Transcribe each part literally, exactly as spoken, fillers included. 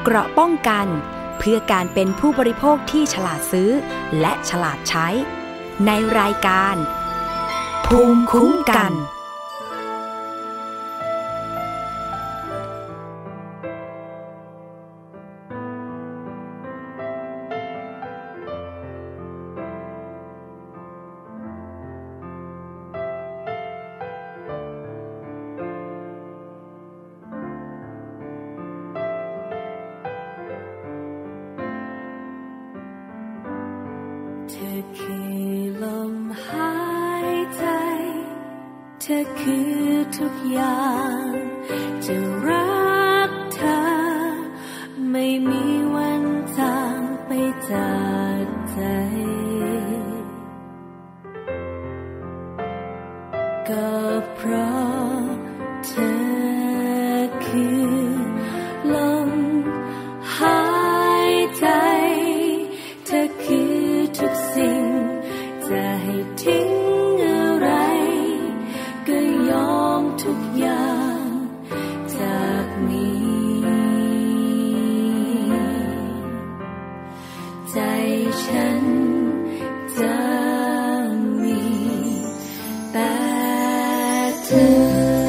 เกราะป้องกันเพื่อการเป็นผู้บริโภคที่ฉลาดซื้อและฉลาดใช้ในรายการภูมิคุ้มกันเธอคือทุกอย่างจะรักเธอไม่มีวันจางไปจากใจก็เพราะเธอคือลมหายใจเธอคือทุกสิ่งจะให้ทิ้งอะไรก็ยอมทุกอย่างจากนี้ใจฉันจะมีแต่เธอ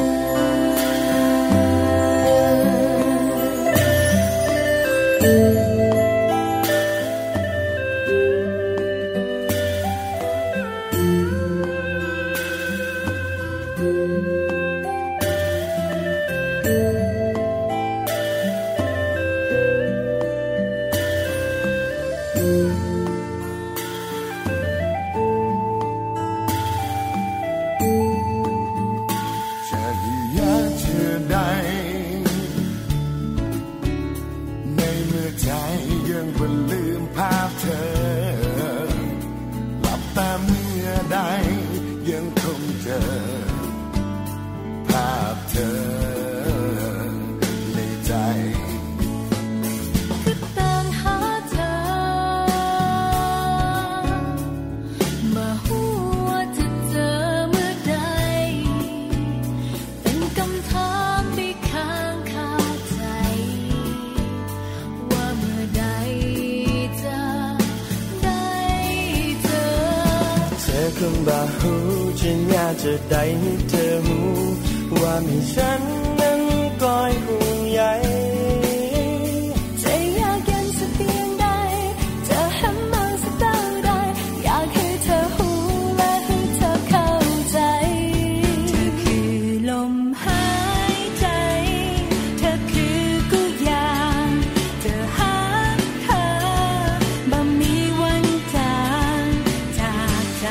จะได้ให้เธอรู้ว่ามีฉันนั้นคอยห่วงใยจะอยากเย็นสักเพียงใดจะห้ามมันสักเท่าใดอยากให้เธอรู้และให้เธอเข้าใจเธอคือลมหายใจเธอคือทุกอย่างเธอหาเธอบ่มีวันจางจากใจ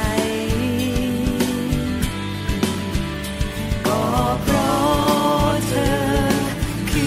เพราะเธอคื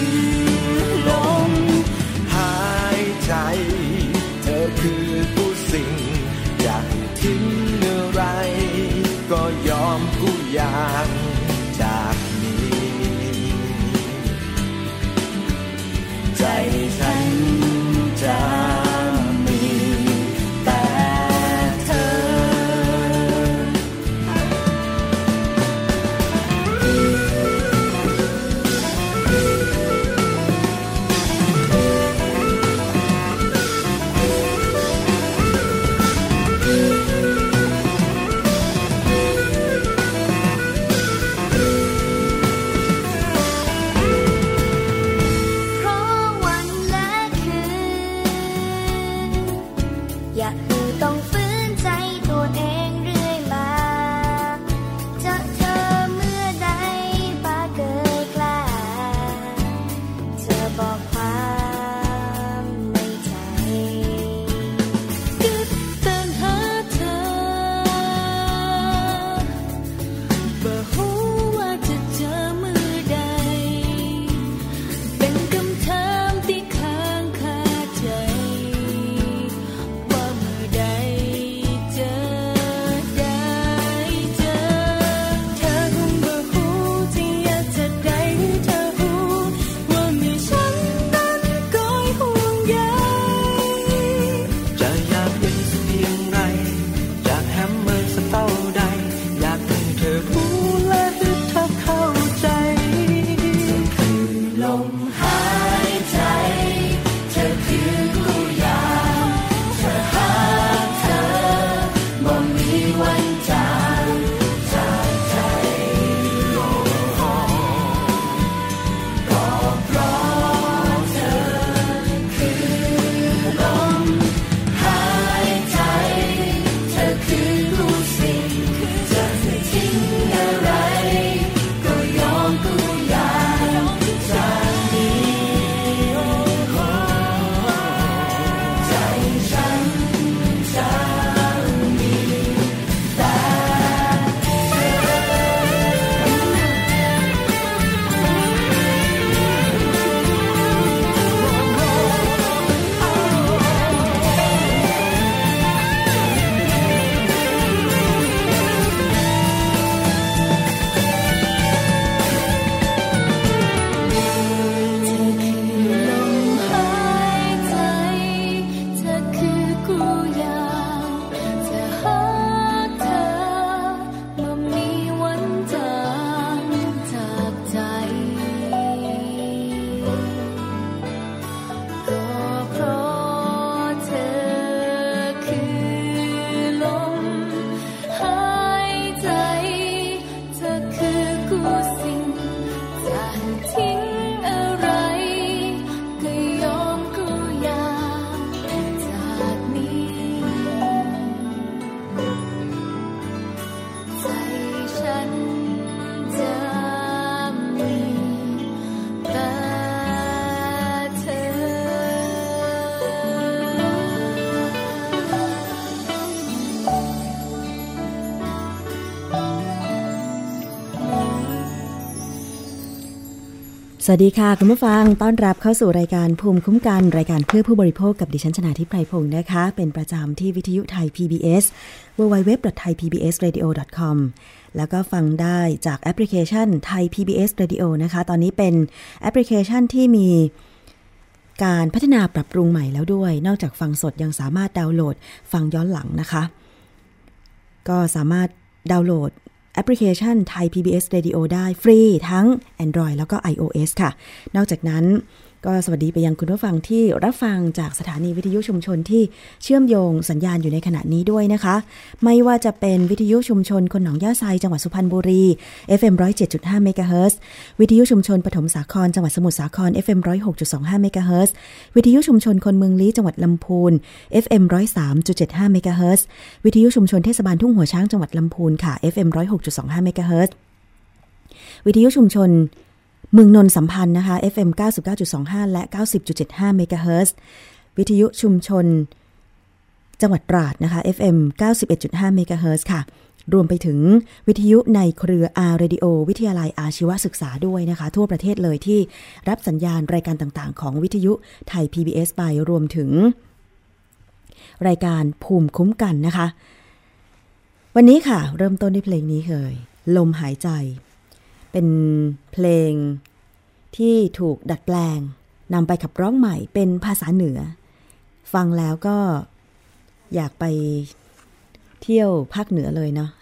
สวัสดีค่ะคุณผู้ฟังต้อนรับเข้าสู่รายการภูมิคุ้มกันรายการเพื่อผู้บริโภคกับดิฉันชนาธิปไพพงศ์นะคะเป็นประจำที่วิทยุไทย พี บี เอส ดับเบิลยู ดับเบิลยู ดับเบิลยู ดอท ไทย พี บี เอส เรดิโอ ดอท คอม แล้วก็ฟังได้จากแอปพลิเคชัน Thai พี บี เอส Radio นะคะตอนนี้เป็นแอปพลิเคชันที่มีการพัฒนาปรับปรุงใหม่แล้วด้วยนอกจากฟังสดยังสามารถดาวน์โหลดฟังย้อนหลังนะคะก็สามารถดาวน์โหลดแอปพลิเคชัน Thai พี บี เอส Radio ได้ฟรีทั้ง Android แล้วก็ iOS ค่ะนอกจากนั้นก็สวัสดีไปยังคุณผู้ฟังที่รับฟังจากสถานีวิทยุชุมชนที่เชื่อมโยงสัญญาณอยู่ในขณะนี้ด้วยนะคะไม่ว่าจะเป็นวิทยุชุมชนคนหนองย่าไซจังหวัดสุพรรณบุรี เอฟ เอ็ม หนึ่งร้อยเจ็ดจุดห้า เมกะเฮิรตซ์วิทยุชุมชนปฐมสาครจังหวัดสมุทรสาคร เอฟ เอ็ม หนึ่งร้อยหกจุดสองห้า เมกะเฮิรตซ์วิทยุชุมชนคนเมืองลี้จังหวัดลำพูน เอฟ เอ็ม หนึ่งร้อยสามจุดเจ็ดห้า เมกะเฮิรตซ์วิทยุชุมชนเทศบาลทุ่งหัวช้างจังหวัดลำพูนค่ะ เอฟ เอ็ม หนึ่งร้อยหกจุดสองห้า เมกะเฮิรตซ์วิทยุชุมชนเมืองนนท์สัมพันธ์นะคะ เอฟ เอ็ม เก้าสิบเก้าจุดสองห้า และ เก้าสิบจุดเจ็ดห้า เมกะเฮิรตซ์วิทยุชุมชนจังหวัดตราดนะคะ เอฟ เอ็ม เก้าสิบเอ็ดจุดห้า เมกะเฮิรตซ์ค่ะรวมไปถึงวิทยุในเครือ R Radio วิทยาลัยอาชีวศึกษาด้วยนะคะทั่วประเทศเลยที่รับสัญญาณรายการต่างๆของวิทยุไทย พี บี เอส ไปรวมถึงรายการภูมิคุ้มกันนะคะวันนี้ค่ะเริ่มต้นด้วยเพลงนี้เลยลมหายใจเป็นเพลงที่ถูกดัดแปลงนำไปขับร้องใหม่เป็นภาษาเหนือฟังแล้วก็อยากไปเที่ยวภาคเหนือเลยเนาะ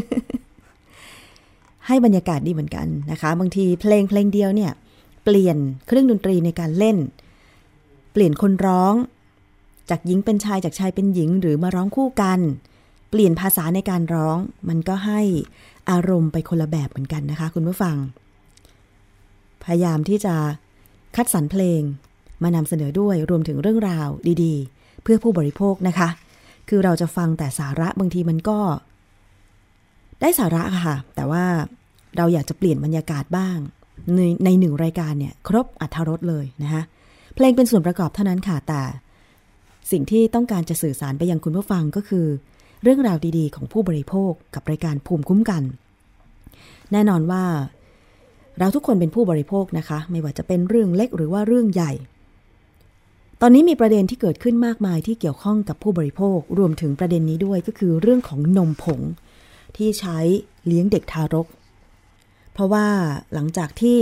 ให้บรรยากาศดีเหมือนกันนะคะบางทีเพลงเพลงเดียวเนี่ยเปลี่ยนเครื่องดนตรีในการเล่นเปลี่ยนคนร้องจากหญิงเป็นชายจากชายเป็นหญิงหรือมาร้องคู่กันเปลี่ยนภาษาในการร้องมันก็ให้อารมณ์ไปคนละแบบเหมือนกันนะคะคุณผู้ฟังพยายามที่จะคัดสรรเพลงมานำเสนอด้วยรวมถึงเรื่องราวดีๆเพื่อผู้บริโภคนะคะคือเราจะฟังแต่สาระบางทีมันก็ได้สาระค่ะแต่ว่าเราอยากจะเปลี่ยนบรรยากาศบ้างในในหนึ่งรายการเนี่ยครบอรรถรสเลยนะคะเพลงเป็นส่วนประกอบเท่านั้นค่ะแต่สิ่งที่ต้องการจะสื่อสารไปยังคุณผู้ฟังก็คือเรื่องราวดีๆของผู้บริโภคกับรายการภูมิคุ้มกันแน่นอนว่าเราทุกคนเป็นผู้บริโภคนะคะไม่ว่าจะเป็นเรื่องเล็กหรือว่าเรื่องใหญ่ตอนนี้มีประเด็นที่เกิดขึ้นมากมายที่เกี่ยวข้องกับผู้บริโภครวมถึงประเด็นนี้ด้วยก็คือเรื่องของนมผงที่ใช้เลี้ยงเด็กทารกเพราะว่าหลังจากที่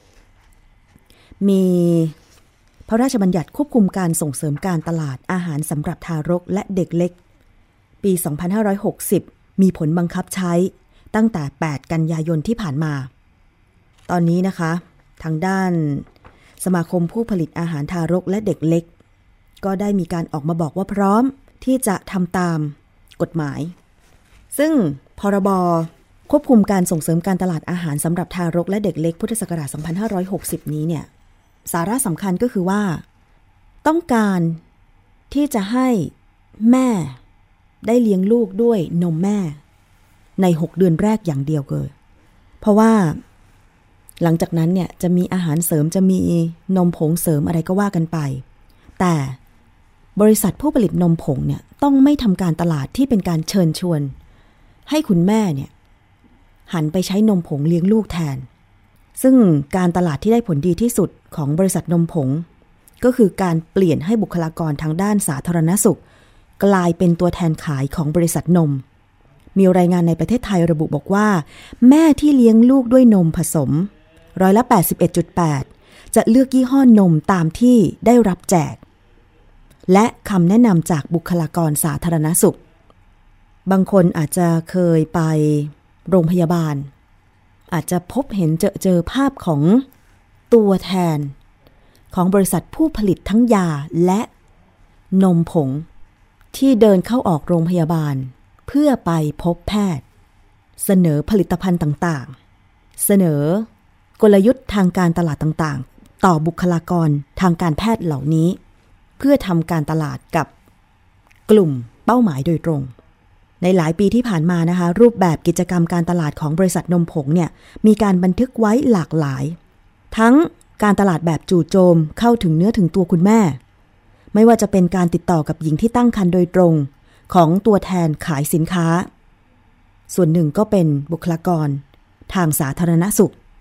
มีพระราชบัญญัติควบคุมการส่งเสริมการตลาดอาหารสำหรับทารกและเด็กเล็กปีสองพันห้าร้อยหกสิบมีผลบังคับใช้ตั้งแต่แปดกันยายนที่ผ่านมาตอนนี้นะคะทางด้านสมาคมผู้ผลิตอาหารทารกและเด็กเล็กก็ได้มีการออกมาบอกว่าพร้อมที่จะทำตามกฎหมายซึ่งพรบควบคุมการส่งเสริมการตลาดอาหารสำหรับทารกและเด็กเล็กพุทธศักราชสองพันห้าร้อยหกสิบนี้เนี่ยสาระสำคัญก็คือว่าต้องการที่จะให้แม่ได้เลี้ยงลูกด้วยนมแม่ในหกเดือนแรกอย่างเดียวเลยเพราะว่าหลังจากนั้นเนี่ยจะมีอาหารเสริมจะมีนมผงเสริมอะไรก็ว่ากันไปแต่บริษัทผู้ผลิตนมผงเนี่ยต้องไม่ทำการตลาดที่เป็นการเชิญชวนให้คุณแม่เนี่ยหันไปใช้นมผงเลี้ยงลูกแทนซึ่งการตลาดที่ได้ผลดีที่สุดของบริษัทนมผงก็คือการเปลี่ยนให้บุคลากรทางด้านสาธารณสุขกลายเป็นตัวแทนขายของบริษัทนมมีรายงานในประเทศไทยระบุบอกว่าแม่ที่เลี้ยงลูกด้วยนมผสมร้อยละ แปดสิบเอ็ดจุดแปด จะเลือกยี่ห้อนมตามที่ได้รับแจกและคำแนะนำจากบุคลากรสาธารณสุขบางคนอาจจะเคยไปโรงพยาบาลอาจจะพบเห็นเจอเจอภาพของตัวแทนของบริษัทผู้ผลิตทั้งยาและนมผงที่เดินเข้าออกโรงพยาบาลเพื่อไปพบแพทย์เสนอผลิตภัณฑ์ต่างๆเสนอกลยุทธ์ทางการตลาดต่างๆต่อบุคลากรทางการแพทย์เหล่านี้เพื่อทำการตลาดกับกลุ่มเป้าหมายโดยตรงในหลายปีที่ผ่านมานะคะรูปแบบกิจกรรมการตลาดของบริษัทนมผงเนี่ยมีการบันทึกไว้หลากหลายทั้งการตลาดแบบจู่โจมเข้าถึงเนื้อถึงตัวคุณแม่ไม่ว่าจะเป็นการติดต่อกับหญิงที่ตั้งครรภ์โดยตรงของตัวแทนขายสินค้าส่วนหนึ่งก็เป็นบุคลากรทางสาธารณสุข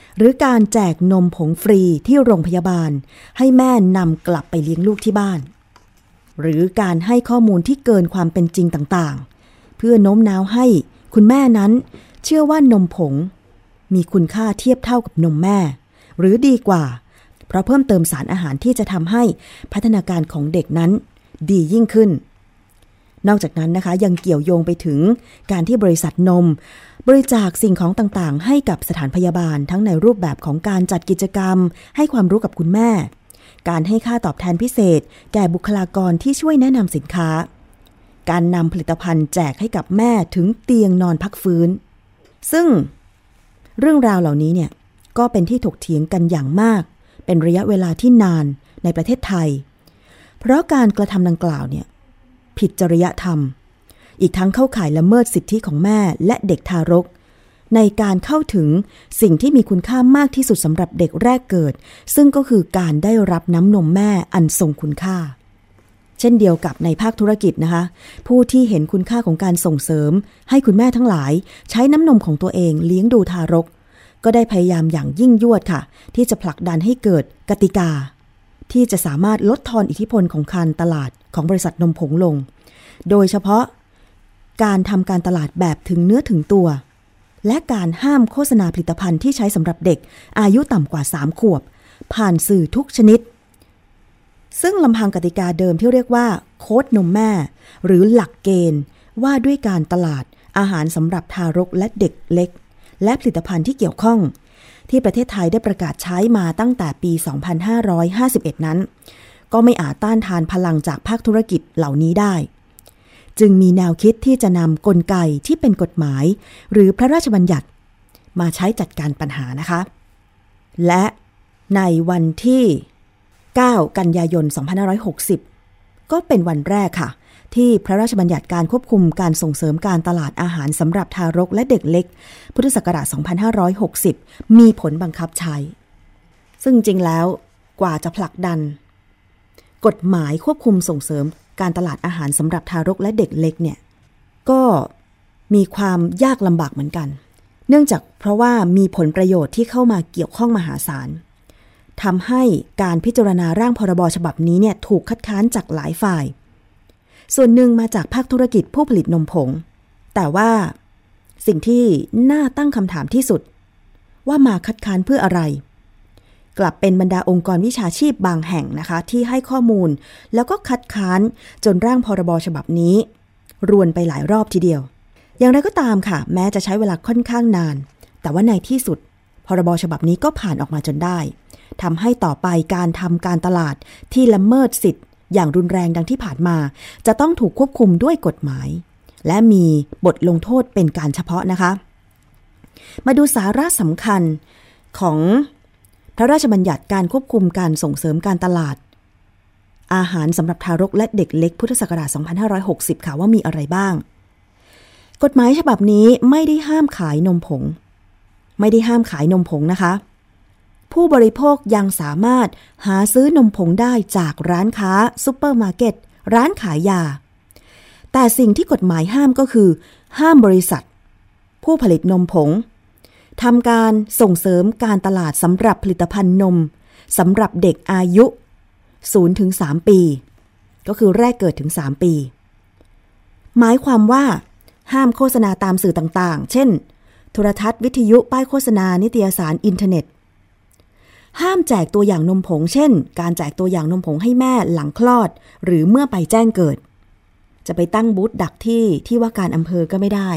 หรือการแจกนมผงฟรีที่โรงพยาบาลให้แม่นำกลับไปเลี้ยงลูกที่บ้านหรือการให้ข้อมูลที่เกินความเป็นจริงต่างๆเพื่อโน้มน้าวให้คุณแม่นั้นเชื่อว่านมผงมีคุณค่าเทียบเท่ากับนมแม่หรือดีกว่าเพราะเพิ่มเติมสารอาหารที่จะทำให้พัฒนาการของเด็กนั้นดียิ่งขึ้นนอกจากนั้นนะคะยังเกี่ยวโยงไปถึงการที่บริษัทนมบริจาคสิ่งของต่างๆให้กับสถานพยาบาลทั้งในรูปแบบของการจัดกิจกรรมให้ความรู้กับคุณแม่การให้ค่าตอบแทนพิเศษแก่บุคลากรที่ช่วยแนะนำสินค้าการนำผลิตภัณฑ์แจกให้กับแม่ถึงเตียงนอนพักฟื้นซึ่งเรื่องราวเหล่านี้เนี่ยก็เป็นที่ถกเถียงกันอย่างมากเป็นระยะเวลาที่นานในประเทศไทยเพราะการกระทำดังกล่าวเนี่ยผิดจริยธรรมอีกทั้งเข้าข่ายละเมิดสิทธิของแม่และเด็กทารกในการเข้าถึงสิ่งที่มีคุณค่ามากที่สุดสำหรับเด็กแรกเกิดซึ่งก็คือการได้รับน้ำนมแม่อันทรงคุณค่าเช่นเดียวกับในภาคธุรกิจนะคะผู้ที่เห็นคุณค่าของการส่งเสริมให้คุณแม่ทั้งหลายใช้น้ำนมของตัวเองเลี้ยงดูทารกก็ได้พยายามอย่างยิ่งยวดค่ะที่จะผลักดันให้เกิดกติกาที่จะสามารถลดทอนอิทธิพลของการตลาดของบริษัทนมผงลงโดยเฉพาะการทำการตลาดแบบถึงเนื้อถึงตัวและการห้ามโฆษณาผลิตภัณฑ์ที่ใช้สำหรับเด็กอายุต่ำกว่าสามขวบผ่านสื่อทุกชนิดซึ่งลำพังกติกาเดิมที่เรียกว่าโค้ดนมแม่หรือหลักเกณฑ์ว่าด้วยการตลาดอาหารสำหรับทารกและเด็กเล็กและผลิตภัณฑ์ที่เกี่ยวข้องที่ประเทศไทยได้ประกาศใช้มาตั้งแต่ปีสองพันห้าร้อยห้าสิบเอ็ดนั้นก็ไม่อาจต้านทานพลังจากภาคธุรกิจเหล่านี้ได้จึงมีแนวคิดที่จะนำกลไกที่เป็นกฎหมายหรือพระราชบัญญัติมาใช้จัดการปัญหานะคะและในวันที่เก้ากันยายนสองพันห้าร้อยหกสิบก็เป็นวันแรกค่ะที่พระราชบัญญัติการควบคุมการส่งเสริมการตลาดอาหารสำหรับทารกและเด็กเล็กพุทธศักราชสองพันห้าร้อยหกสิบมีผลบังคับใช้ซึ่งจริงแล้วกว่าจะผลักดันกฎหมายควบคุมส่งเสริมการตลาดอาหารสำหรับทารกและเด็กเล็กเนี่ยก็มีความยากลำบากเหมือนกันเนื่องจากเพราะว่ามีผลประโยชน์ที่เข้ามาเกี่ยวข้องมหาศาลทำให้การพิจารณาร่างพรบฉบับนี้เนี่ยถูกคัดค้านจากหลายฝ่ายส่วนหนึ่งมาจากภาคธุรกิจผู้ผลิตนมผงแต่ว่าสิ่งที่น่าตั้งคำถามที่สุดว่ามาคัดค้านเพื่ออะไรกลับเป็นบรรดาองค์กรวิชาชีพบางแห่งนะคะที่ให้ข้อมูลแล้วก็คัดค้านจนร่างพรบฉบับนี้รวนไปหลายรอบทีเดียวอย่างไรก็ตามค่ะแม้จะใช้เวลาค่อนข้างนานแต่ว่าในที่สุดพรบฉบับนี้ก็ผ่านออกมาจนได้ทำให้ต่อไปการทำการตลาดที่ละเมิดสิทธิ์อย่างรุนแรงดังที่ผ่านมาจะต้องถูกควบคุมด้วยกฎหมายและมีบทลงโทษเป็นการเฉพาะนะคะมาดูสาระสำคัญของพระราชบัญญัติการควบคุมการส่งเสริมการตลาดอาหารสำหรับทารกและเด็กเล็กพุทธศักราชสองพันห้าร้อยหกสิบค่ะว่ามีอะไรบ้างกฎหมายฉบับนี้ไม่ได้ห้ามขายนมผงไม่ได้ห้ามขายนมผงนะคะผู้บริโภคยังสามารถหาซื้อนมผงได้จากร้านค้าซุปเปอร์มาร์เก็ตร้านขายยาแต่สิ่งที่กฎหมายห้ามก็คือห้ามบริษัทผู้ผลิตนมผงทำการส่งเสริมการตลาดสำหรับผลิตภัณฑ์นมสำหรับเด็กอายุ ศูนย์ถึงสาม ปีก็คือแรกเกิดถึงสามปีหมายความว่าห้ามโฆษณาตามสื่อต่างๆเช่นโทรทัศน์วิทยุป้ายโฆษณานิตยสารอินเทอร์เน็ตห้ามแจกตัวอย่างนมผงเช่นการแจกตัวอย่างนมผงให้แม่หลังคลอดหรือเมื่อไปแจ้งเกิดจะไปตั้งบูธดักที่ที่ว่าการอำเภอก็ไม่ได้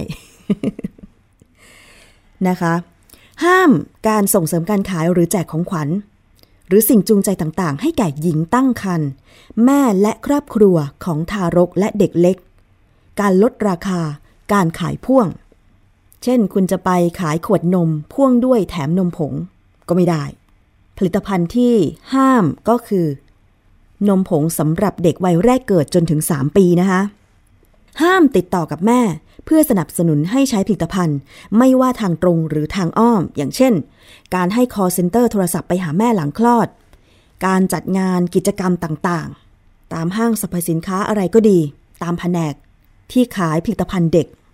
นะคะห้ามการส่งเสริมการขายหรือแจกของขวัญหรือสิ่งจูงใจต่างๆให้แก่หญิงตั้งครรภ์แม่และครอบครัวของทารกและเด็กเล็กการลดราคาการขายพ่วงเช่นคุณจะไปขายขวดนมพ่วงด้วยแถมนมผงก็ไม่ได้ผลิตภัณฑ์ที่ห้ามก็คือนมผงสำหรับเด็กวัยแรกเกิดจนถึงสามปีนะคะห้ามติดต่อกับแม่เพื่อสนับสนุนให้ใช้ผลิตภัณฑ์ไม่ว่าทางตรงหรือทางอ้อมอย่างเช่นการให้ call center โทรศัพท์ไปหาแม่หลังคลอดการจัดงานกิจกรรมต่างๆตามห้างสรรพสินค้าอะไรก็ดีตามแผนกที่ขายผลิตภัณฑ์เด็ก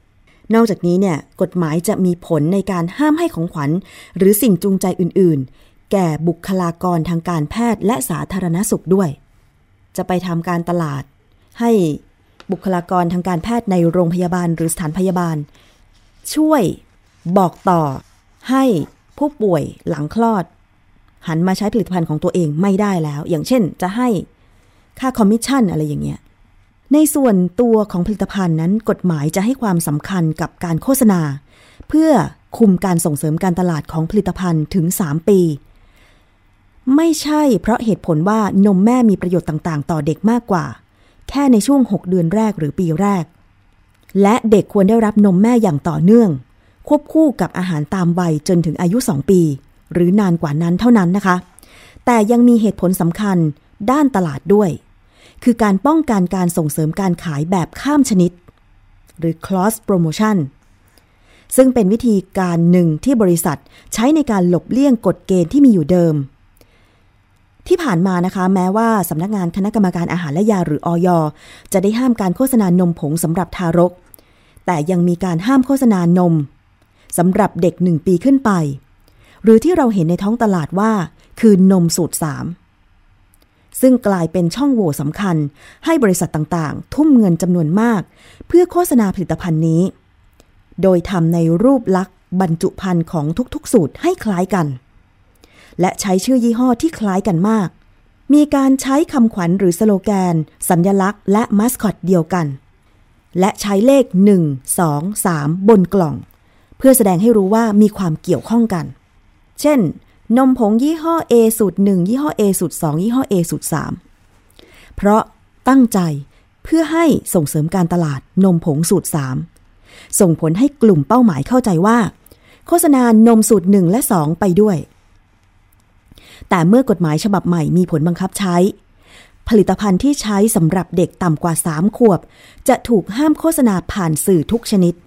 นอกจากนี้เนี่ยกฎหมายจะมีผลในการห้ามให้ของขวัญหรือสิ่งจูงใจอื่นๆแก่บุคลากรทางการแพทย์และสาธารณสุขด้วยจะไปทำการตลาดให้บุคลากรทางการแพทย์ในโรงพยาบาลหรือสถานพยาบาลช่วยบอกต่อให้ผู้ป่วยหลังคลอดหันมาใช้ผลิตภัณฑ์ของตัวเองไม่ได้แล้วอย่างเช่นจะให้ค่าคอมมิชชั่นอะไรอย่างเงี้ยในส่วนตัวของผลิตภัณฑ์นั้นกฎหมายจะให้ความสำคัญกับการโฆษณาเพื่อคุมการส่งเสริมการตลาดของผลิตภัณฑ์ถึงสามปีไม่ใช่เพราะเหตุผลว่านมแม่มีประโยชน์ต่างๆต่อเด็กมากกว่าแค่ในช่วงหกเดือนแรกหรือปีแรกและเด็กควรได้รับนมแม่อย่างต่อเนื่องควบคู่กับอาหารตามวัยจนถึงอายุสองปีหรือนานกว่านั้นเท่านั้นนะคะแต่ยังมีเหตุผลสำคัญด้านตลาดด้วยคือการป้องกันการส่งเสริมการขายแบบข้ามชนิดหรือ cross promotion ซึ่งเป็นวิธีการหนึ่งที่บริษัทใช้ในการหลบเลี่ยงกฎเกณฑ์ที่มีอยู่เดิมที่ผ่านมานะคะแม้ว่าสำนักงานคณะกรรมการอาหารและยาหรือ อย. จะได้ห้ามการโฆษณานมผงสำหรับทารกแต่ยังมีการห้ามโฆษณานมสำหรับเด็กหนึ่งปีขึ้นไปหรือที่เราเห็นในท้องตลาดว่าคือนมสูตรสามซึ่งกลายเป็นช่องโหว่สำคัญให้บริษัทต่างๆทุ่มเงินจำนวนมากเพื่อโฆษณาผลิตภัณฑ์นี้โดยทำในรูปลักษณ์บรรจุภัณฑ์ของทุกๆสูตรให้คล้ายกันและใช้ชื่อยี่ห้อที่คล้ายกันมากมีการใช้คำขวัญหรือสโลแกนสัญลักษณ์และมาสคอตเดียวกันและใช้เลขหนึ่ง สอง สามบนกล่องเพื่อแสดงให้รู้ว่ามีความเกี่ยวข้องกันเช่นนมผงยี่ห้อ A สูตรหนึ่งยี่ห้อ A สูตรสองยี่ห้อ A สูตรสามเพราะตั้งใจเพื่อให้ส่งเสริมการตลาดนมผงสูตรสามส่งผลให้กลุ่มเป้าหมายเข้าใจว่าโฆษณานมสูตรหนึ่งและสองไปด้วยแต่เมื่อกฎหมายฉบับใหม่มีผลบังคับใช้ผลิตภัณฑ์ที่ใช้สำหรับเด็กต่ำกว่าสามขวบจะถูกห้ามโฆษณาผ่านสื่อทุกชนิด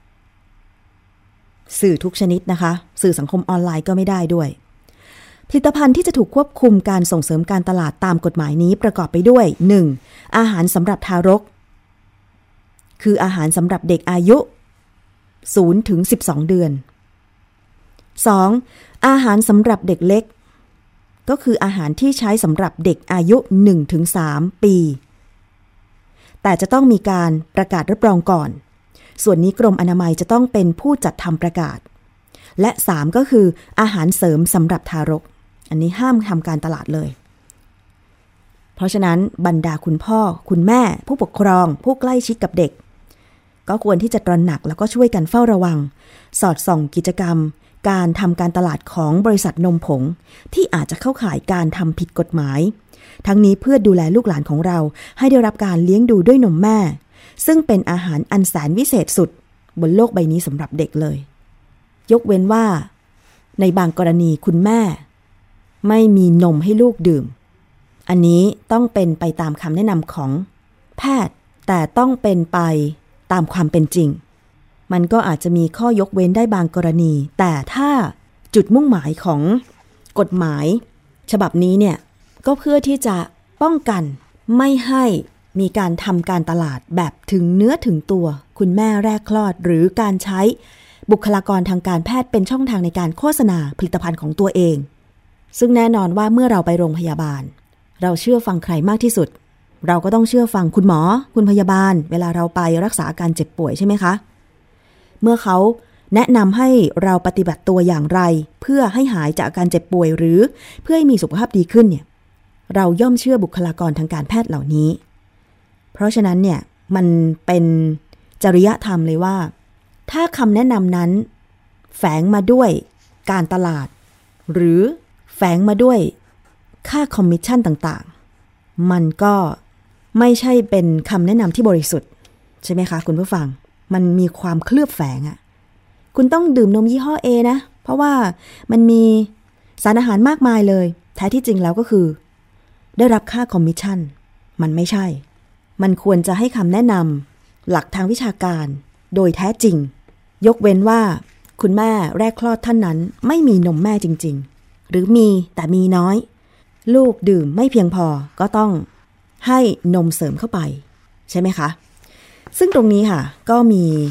สื่อทุกชนิดนะคะสื่อสังคมออนไลน์ก็ไม่ได้ด้วยผลิตภัณฑ์ที่จะถูกควบคุมการส่งเสริมการตลาดตามกฎหมายนี้ประกอบไปด้วย หนึ่ง อาหารสำหรับทารกคืออาหารสำหรับเด็กอายุศูนย์ถึงสิบสองเดือน สอง อาหารสำหรับเด็กเล็กก็คืออาหารที่ใช้สำหรับเด็กอายุ หนึ่งถึงสาม ปีแต่จะต้องมีการประกาศรับรองก่อนส่วนนี้กรมอนามัยจะต้องเป็นผู้จัดทำประกาศและสามก็คืออาหารเสริมสำหรับทารกอันนี้ห้ามทำการตลาดเลยเพราะฉะนั้นบรรดาคุณพ่อคุณแม่ผู้ปกครองผู้ใกล้ชิดกับเด็กก็ควรที่จะตระหนักแล้วก็ช่วยกันเฝ้าระวังสอดส่องกิจกรรมการทำการตลาดของบริษัทนมผงที่อาจจะเข้าข่ายการทำผิดกฎหมายทั้งนี้เพื่อดูแลลูกหลานของเราให้ได้รับการเลี้ยงดูด้วยนมแม่ซึ่งเป็นอาหารอันแสนวิเศษสุดบนโลกใบนี้สำหรับเด็กเลยยกเว้นว่าในบางกรณีคุณแม่ไม่มีนมให้ลูกดื่มอันนี้ต้องเป็นไปตามคำแนะนำของแพทย์แต่ต้องเป็นไปตามความเป็นจริงมันก็อาจจะมีข้อยกเว้นได้บางกรณีแต่ถ้าจุดมุ่งหมายของกฎหมายฉบับนี้เนี่ยก็เพื่อที่จะป้องกันไม่ให้มีการทำการตลาดแบบถึงเนื้อถึงตัวคุณแม่แรกคลอดหรือการใช้บุคลากรทางการแพทย์เป็นช่องทางในการโฆษณาผลิตภัณฑ์ของตัวเองซึ่งแน่นอนว่าเมื่อเราไปโรงพยาบาลเราเชื่อฟังใครมากที่สุดเราก็ต้องเชื่อฟังคุณหมอคุณพยาบาลเวลาเราไปรักษาอาการเจ็บป่วยใช่ไหมคะเมื่อเขาแนะนำให้เราปฏิบัติตัวอย่างไรเพื่อให้หายจากอาการเจ็บป่วยหรือเพื่อให้มีสุขภาพดีขึ้นเนี่ยเราย่อมเชื่อบุคลากรทางการแพทย์เหล่านี้เพราะฉะนั้นเนี่ยมันเป็นจริยธรรมเลยว่าถ้าคำแนะนำนั้นแฝงมาด้วยการตลาดหรือแฝงมาด้วยค่าคอมมิชชั่นต่างๆมันก็ไม่ใช่เป็นคำแนะนำที่บริสุทธิ์ใช่ไหมคะคุณผู้ฟังมันมีความเคลือบแฝงอ่ะคุณต้องดื่มนมยี่ห้อ A นะเพราะว่ามันมีสารอาหารมากมายเลยแท้ที่จริงแล้วก็คือได้รับค่าคอมมิชชั่นมันไม่ใช่มันควรจะให้คำแนะนำหลักทางวิชาการโดยแท้จริงยกเว้นว่าคุณแม่แรกคลอดท่านนั้นไม่มีนมแม่จริงๆหรือมีแต่มีน้อยลูกดื่มไม่เพียงพอก็ต้องให้นมเสริมเข้าไปใช่ไหมคะซึ่งตรงนี้ค่ะก็มี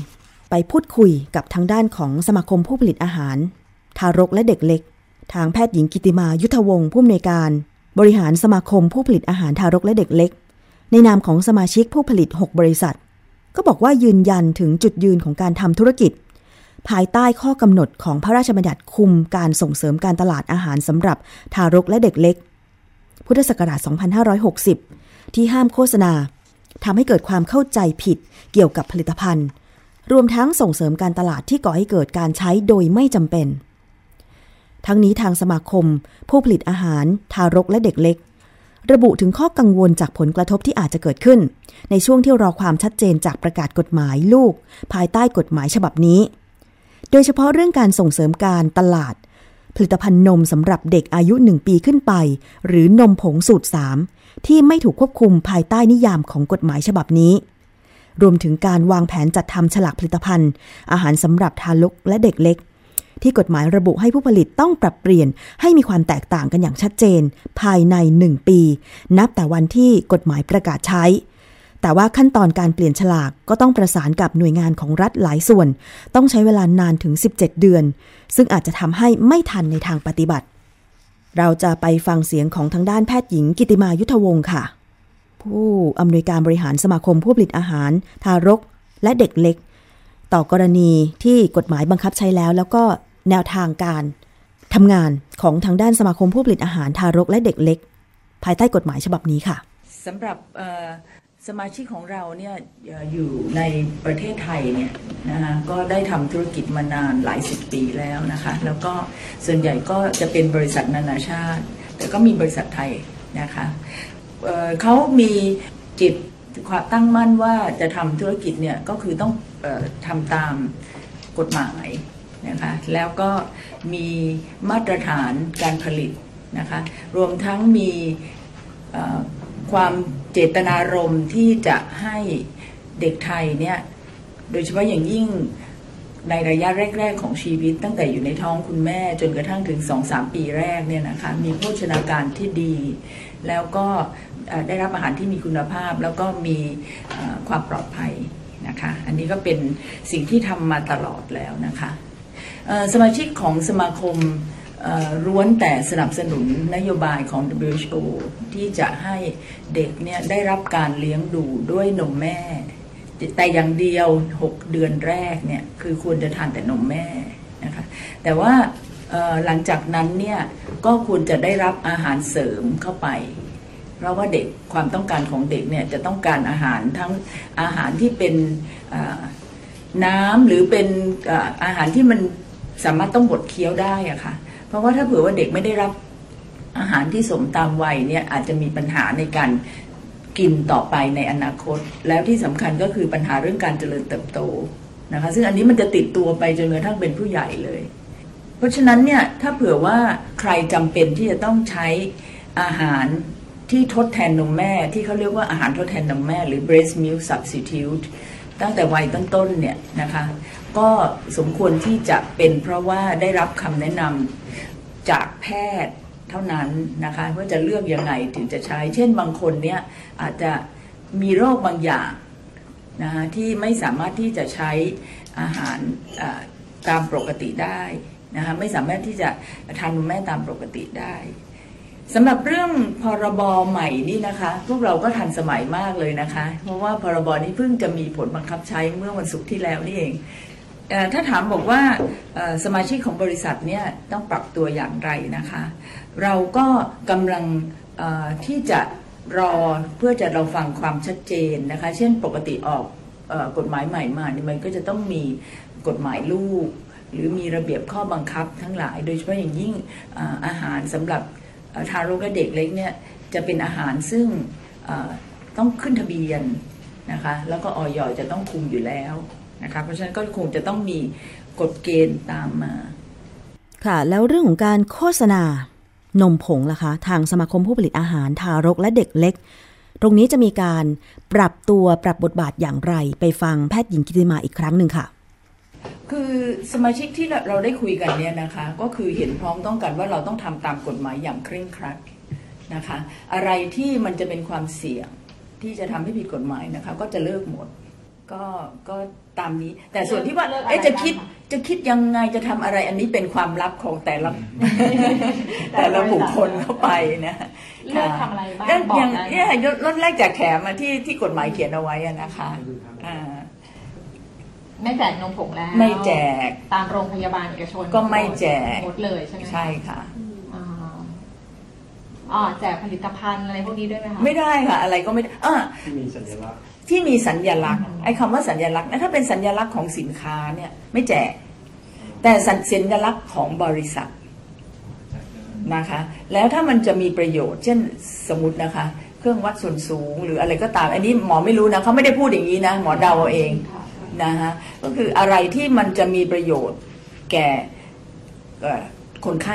ไปพูดคุยกับทางด้านของสมาคมผู้ผลิตอาหารทารกและเด็กเล็กทางแพทย์หญิงกิติมายุทธวงศ์ผู้อำนวยการบริหารสมาคมผู้ผลิตอาหารทารกและเด็กเล็กในนามของสมาชิกผู้ผลิตหกบริษัทก็บอกว่ายืนยันถึงจุดยืนของการทำธุรกิจภายใต้ข้อกำหนดของพระราชบัญญัติคุมการส่งเสริมการตลาดอาหารสำหรับทารกและเด็กเล็กพุทธศักราชสองพันห้าร้อยหกสิบที่ห้ามโฆษณาทำให้เกิดความเข้าใจผิดเกี่ยวกับผลิตภัณฑ์รวมทั้งส่งเสริมการตลาดที่ก่อให้เกิดการใช้โดยไม่จำเป็นทั้งนี้ทางสมาคมผู้ผลิตอาหารทารกและเด็กเล็กระบุถึงข้อกังวลจากผลกระทบที่อาจจะเกิดขึ้นในช่วงที่รอความชัดเจนจากประกาศกฎหมายลูกภายใต้กฎหมายฉบับนี้โดยเฉพาะเรื่องการส่งเสริมการตลาดผลิตภัณฑ์นมสำหรับเด็กอายุหนึ่งปีขึ้นไปหรือนมผงสูตรสามที่ไม่ถูกควบคุมภายใต้นิยามของกฎหมายฉบับนี้รวมถึงการวางแผนจัดทำฉลากผลิตภัณฑ์อาหารสำหรับทารกและเด็กเล็กที่กฎหมายระบุให้ผู้ผลิตต้องปรับเปลี่ยนให้มีความแตกต่างกันอย่างชัดเจนภายในหนึ่งปีนับแต่วันที่กฎหมายประกาศใช้แต่ว่าขั้นตอนการเปลี่ยนฉลากก็ต้องประสานกับหน่วยงานของรัฐหลายส่วนต้องใช้เวลานานถึงสิบเจ็ดเดือนซึ่งอาจจะทำให้ไม่ทันในทางปฏิบัติเราจะไปฟังเสียงของทางด้านแพทย์หญิงกิติมายุทธวงศ์ค่ะผู้อำนวยการบริหารสมาคมผู้ผลิตอาหารทารกและเด็กเล็กต่อกรณีที่กฎหมายบังคับใช้แล้วแล้วก็แนวทางการทำงานของทางด้านสมาคมผู้ผลิตอาหารทารกและเด็กเล็กภายใต้กฎหมายฉบับนี้ค่ะสำหรับสมาชิกของเราเนี่ยอยู่ในประเทศไทยเนี่ยนะคะก็ได้ทำธุรกิจมานานหลายสิบปีแล้วนะคะแล้วก็ส่วนใหญ่ก็จะเป็นบริษัทนานาชาติแต่ก็มีบริษัทไทยนะคะเอ่อเขามีจิตความตั้งมั่นว่าจะทำธุรกิจเนี่ยก็คือต้องเอ่อทำตามกฎหมายนะคะแล้วก็มีมาตรฐานการผลิตนะคะรวมทั้งมีเอ่อความเจตนารมณ์ที่จะให้เด็กไทยเนี่ยโดยเฉพาะอย่างยิ่งในระยะแรกๆของชีวิตตั้งแต่อยู่ในท้องคุณแม่จนกระทั่งถึง สองถึงสาม ปีแรกเนี่ยนะคะมีโภชนาการที่ดีแล้วก็ได้รับอาหารที่มีคุณภาพแล้วก็มีความปลอดภัยนะคะอันนี้ก็เป็นสิ่งที่ทำมาตลอดแล้วนะคะสมาชิกของสมาคมล้วนแต่สนับสนุนนโยบายของ ดับเบิลยู เอช โอ ที่จะให้เด็กเนี่ยได้รับการเลี้ยงดูด้วยนมแม่แต่อย่างเดียวหกเดือนแรกเนี่ยคือควรจะทานแต่นมแม่นะคะแต่ว่าหลังจากนั้นเนี่ยก็ควรจะได้รับอาหารเสริมเข้าไปเพราะว่าเด็กความต้องการของเด็กเนี่ยจะต้องการอาหารทั้งอาหารที่เป็นน้ำหรือเป็นอาหารที่มันสามารถต้องบดเคี้ยวได้อะค่ะเพราะว่าถ้าเผื่อว่าเด็กไม่ได้รับอาหารที่สมตามวัยเนี่ยอาจจะมีปัญหาในการกินต่อไปในอนาคตแล้วที่สำคัญก็คือปัญหาเรื่องการเจริญเติบโตนะคะซึ่งอันนี้มันจะติดตัวไปจนกระทั่งเป็นผู้ใหญ่เลยเพราะฉะนั้นเนี่ยถ้าเผื่อว่าใครจำเป็นที่จะต้องใช้อาหารที่ทดแทนนมแม่ที่เขาเรียกว่าอาหารทดแทนนมแม่หรือ breast milk substitute ตั้งแต่วัยต้นๆเนี่ยนะคะก็สมควรที่จะเป็นเพราะว่าได้รับคำแนะนำจากแพทย์เท่านั้นนะคะว่าจะเลือกยังไงถึงจะใช้เช่นบางคนเนี่ยอาจจะมีโรคบางอย่างนะคะที่ไม่สามารถที่จะใช้อาหารตามปกติได้นะคะไม่สามารถที่จะทานนมแม่ตามปกติได้สำหรับเรื่องพรบใหม่นี่นะคะพวกเราก็ทันสมัยมากเลยนะคะเพราะว่าพรบนี้เพิ่งจะมีผลบังคับใช้เมื่อวันศุกร์ที่แล้วนี่เองถ้าถามบอกว่าสมาชิกของบริษัทเนี่ยต้องปรับตัวอย่างไรนะคะเราก็กำลังที่จะรอเพื่อจะเราฟังความชัดเจนนะคะเช่นปกติออกกฎหมายใหม่มาเนี่ยมันก็จะต้องมีกฎหมายลูกหรือมีระเบียบข้อบังคับทั้งหลายโดยเฉพาะอย่างยิ่งอาหารสำหรับทารกและเด็กเล็กเนี่ยจะเป็นอาหารซึ่งต้องขึ้นทะเบียนนะคะแล้วก็อย.จะต้องคุมอยู่แล้วนะคะเพราะฉะนั้นก็คงจะต้องมีกฎเกณฑ์ตามมาค่ะแล้วเรื่องของการโฆษณานมผงล่ะคะทางสมาคมผู้ผลิตอาหารทารกและเด็กเล็กตรงนี้จะมีการปรับตัวปรับบทบาทอย่างไรไปฟังแพทย์หญิงกิติมาอีกครั้งหนึ่งค่ะคือสมาชิกที่เราได้คุยกันเนี่ยนะคะก็คือเห็นพร้อมต้องกันว่าเราต้องทำตามกฎหมายอย่างเคร่งครัดนะคะอะไรที่มันจะเป็นความเสี่ยงที่จะทำให้ผิดกฎหมายนะคะก็จะเลิกหมดก็ก็ตามนี้แต่ส่วนที่ว่าเอ๊ะจะคิดจะคิดยังไงจะทำอะไรอันนี้เป็นความลับของแต่ละ แต่ละบุคคลเข้าไปนะเลือกทำอะไรบ้างบอกนะเนี่ยลดแรกจากแถมมาที่ที่กฎหมายเขียนเอาไว้นะคะอ่าไม่แจกนมผงแล้วไม่แจกตามโรงพยาบาลเอกชนก็ไม่แจกหมดเลยใช่ไหมใช่ค่ะอ๋อแจกผลิตภัณฑ์อะไรพวกนี้ด้วยไหมคะไม่ได้ค่ะอะไรก็ไม่อ่าที่มีสัญลักษณ์ที่มีสัญลักษณ์ไอ้คำว่าสัญลักษณ์นะถ้าเป็นสัญลักษณ์ของสินค้าเนี่ยไม่แจกแต่สัญลักษณ์ของบริษัทนะคะแล้วถ้ามันจะมีประโยชน์เช่นสมมตินะคะเครื่องวัดส่วนสูงหรืออะไรก็ตามอันนี้หมอไม่รู้นะเขาไม่ได้พูดอย่างนี้นะหมอเดาเอาเองนะคะก็คืออะไรที่มันจะมีประโยชน์แก่คนไข้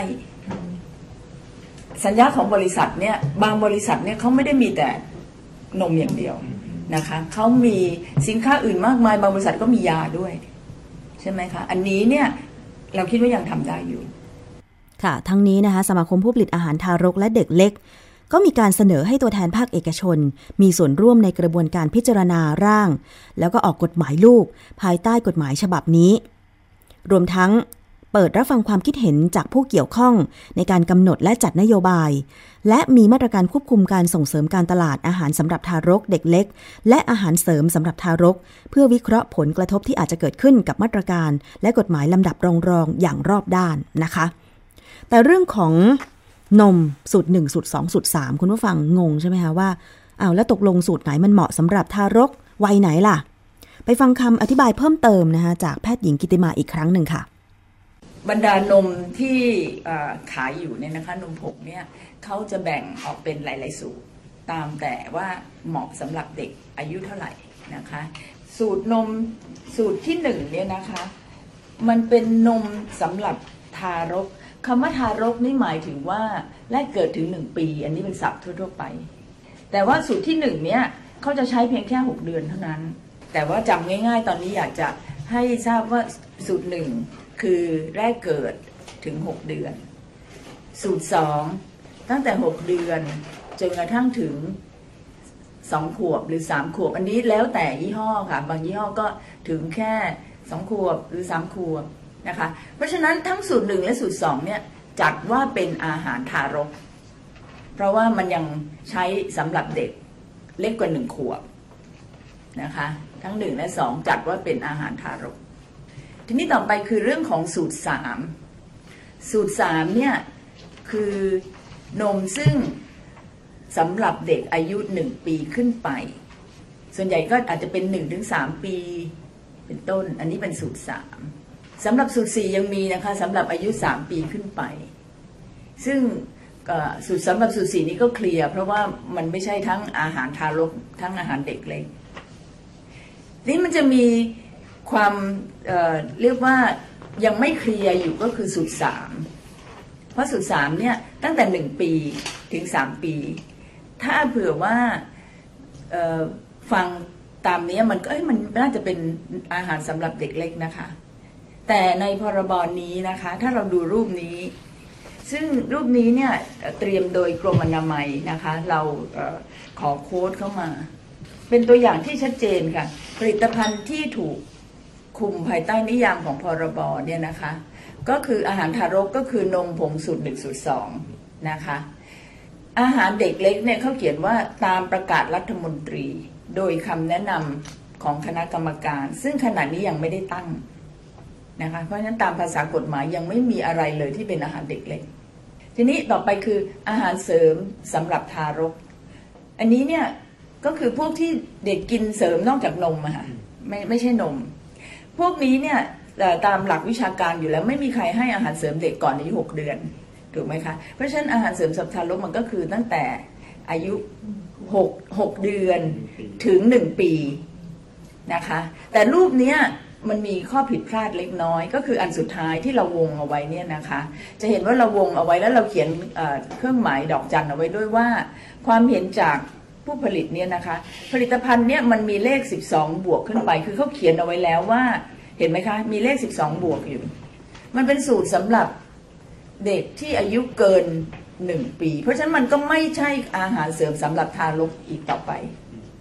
สัญญาของบริษัทเนี่ยบางบริษัทเนี่ยเขาไม่ได้มีแต่นมอย่างเดียวนะคะเขามีสินค้าอื่นมากมายบางบริษัทก็มียาด้วยใช่ไหมคะอันนี้เนี่ยเราคิดว่ายังทำได้อยู่ค่ะทั้งนี้นะคะสมาคมผู้ผลิตอาหารทารกและเด็กเล็กก็มีการเสนอให้ตัวแทนภาคเอกชนมีส่วนร่วมในกระบวนการพิจารณาร่างแล้วก็ออกกฎหมายลูกภายใต้กฎหมายฉบับนี้รวมทั้งเปิดรับฟังความคิดเห็นจากผู้เกี่ยวข้องในการกำหนดและจัดนโยบายและมีมาตรการควบคุมการส่งเสริมการตลาดอาหารสำหรับทารกเด็กเล็กและอาหารเสริมสำหรับทารกเพื่อวิเคราะห์ผลกระทบที่อาจจะเกิดขึ้นกับมาตรการและกฎหมายลำดับรองๆอย่างรอบด้านนะคะแต่เรื่องของนมสูตรหนึ่งสูตรสองสูตรสามคุณผู้ฟังงงใช่ไหมคะว่าอ้าวแล้วตกลงสูตรไหนมันเหมาะสำหรับทารกวัยไหนล่ะไปฟังคำอธิบายเพิ่มเติมนะคะจากแพทย์หญิงกิติมาอีกครั้งหนึ่งค่ะบรรดานมที่ขายอยู่เนี่ยนะคะนมผงเนี่ยเขาจะแบ่งออกเป็นหลายๆสูตรตามแต่ว่าเหมาะสำหรับเด็กอายุเท่าไหร่นะคะสูตรนมสูตรที่หนึ่งเนี่ยนะคะมันเป็นนมสำหรับทารกคำว่าทารกนี่หมายถึงว่าแรกเกิดถึงหนึ่งปีอันนี้เป็นศัพท์ทั่วๆไปแต่ว่าสูตรที่หนึ่งเนี่ยเขาจะใช้เพียงแค่หกเดือนเท่านั้นแต่ว่าจำง่ายๆตอนนี้อยากจะให้ทราบว่าสูตรหนึ่งคือแรกเกิดถึงหกเดือนสูตรสองตั้งแต่หกเดือนจนกระทั่งถึงสองขวบหรือสามขวบอันนี้แล้วแต่ยี่ห้อค่ะบางยี่ห้อก็ถึงแค่สองขวบหรือสามขวบนะคะเพราะฉะนั้นทั้งสูตรหนึ่งและสูตรสองเนี่ยจัดว่าเป็นอาหารทารกเพราะว่ามันยังใช้สำหรับเด็กเล็กกว่าหนึ่งขวบนะคะทั้งหนึ่งและสองจัดว่าเป็นอาหารทารกทีนี้ต่อไปคือเรื่องของสูตรสามสูตรสามเนี่ยคือนมซึ่งสำหรับเด็กอายุหนึ่งปีขึ้นไปส่วนใหญ่ก็อาจจะเป็นหนึ่งถึงสามปีเป็นต้นอันนี้เป็นสูตรสามสำหรับสูตรสี่ยังมีนะคะสำหรับอายุสามปีขึ้นไปซึ่งสูตรสำหรับสูตรสี่นี้ก็เคลียร์เพราะว่ามันไม่ใช่ทั้งอาหารทารกทั้งอาหารเด็กเล็กนี่มันจะมีความ เอ่อ เรียกว่ายังไม่เคลียร์อยู่ก็คือสูตรสามเพราะสูตรสามเนี่ยตั้งแต่หนึ่งปีถึงสามปีถ้าเผื่อว่าฟังตามนี้มันก็มันน่าจะเป็นอาหารสำหรับเด็กเล็กนะคะแต่ในพรบนี้นะคะถ้าเราดูรูปนี้ซึ่งรูปนี้เนี่ยเตรียมโดยกรมอนามัยนะคะเราเอ่อขอโค้ดเข้ามาเป็นตัวอย่างที่ชัดเจนค่ะผลิตภัณฑ์ที่ถูกคุมภายใต้นิยามของพรบเนี่ยนะคะก็คืออาหารทารกก็คือนมผงสูตรหนึ่งสูตรสองนะคะอาหารเด็กเล็กเนี่ยเขาเขียนว่าตามประกาศรัฐมนตรีโดยคำแนะนำของคณะกรรมการซึ่งขณะนี้ยังไม่ได้ตั้งนะคะเพราะฉะนั้นตามภาษากฎหมายยังไม่มีอะไรเลยที่เป็นอาหารเด็กเล็กทีนี้ต่อไปคืออาหารเสริมสำหรับทารกอันนี้เนี่ยก็คือพวกที่เด็กกินเสริมนอกจากนมอะค่ะไม่ไม่ใช่นมพวกนี้เนี่ยตามหลักวิชาการอยู่แล้วไม่มีใครให้อาหารเสริมเด็กก่อนอายุหกเดือนถูกไหมคะเพราะฉะนั้นอาหารเสริมสำหรับทารกมันก็คือตั้งแต่อายุหก หกเดือนถึงหนึ่งปีนะคะแต่รูปเนี้ยมันมีข้อผิดพลาดเล็กน้อยก็คืออันสุดท้ายที่เราวงเอาไว้เนี่ยนะคะจะเห็นว่าเราวงเอาไว้แล้วเราเขียนเครื่องหมายดอกจันเอาไว้ด้วยว่าความเห็นจากผู้ผลิตเนี่ยนะคะผลิตภัณฑ์เนี่ยมันมีเลขสิบสองบวกขึ้นไปคือเขาเขียนเอาไว้แล้วว่าเห็นไหมคะมีเลขสิบสองบวกอยู่มันเป็นสูตรสำหรับเด็กที่อายุเกินหนึ่งปีเพราะฉะนั้นมันก็ไม่ใช่อาหารเสริมสำหรับทารกอีกต่อไป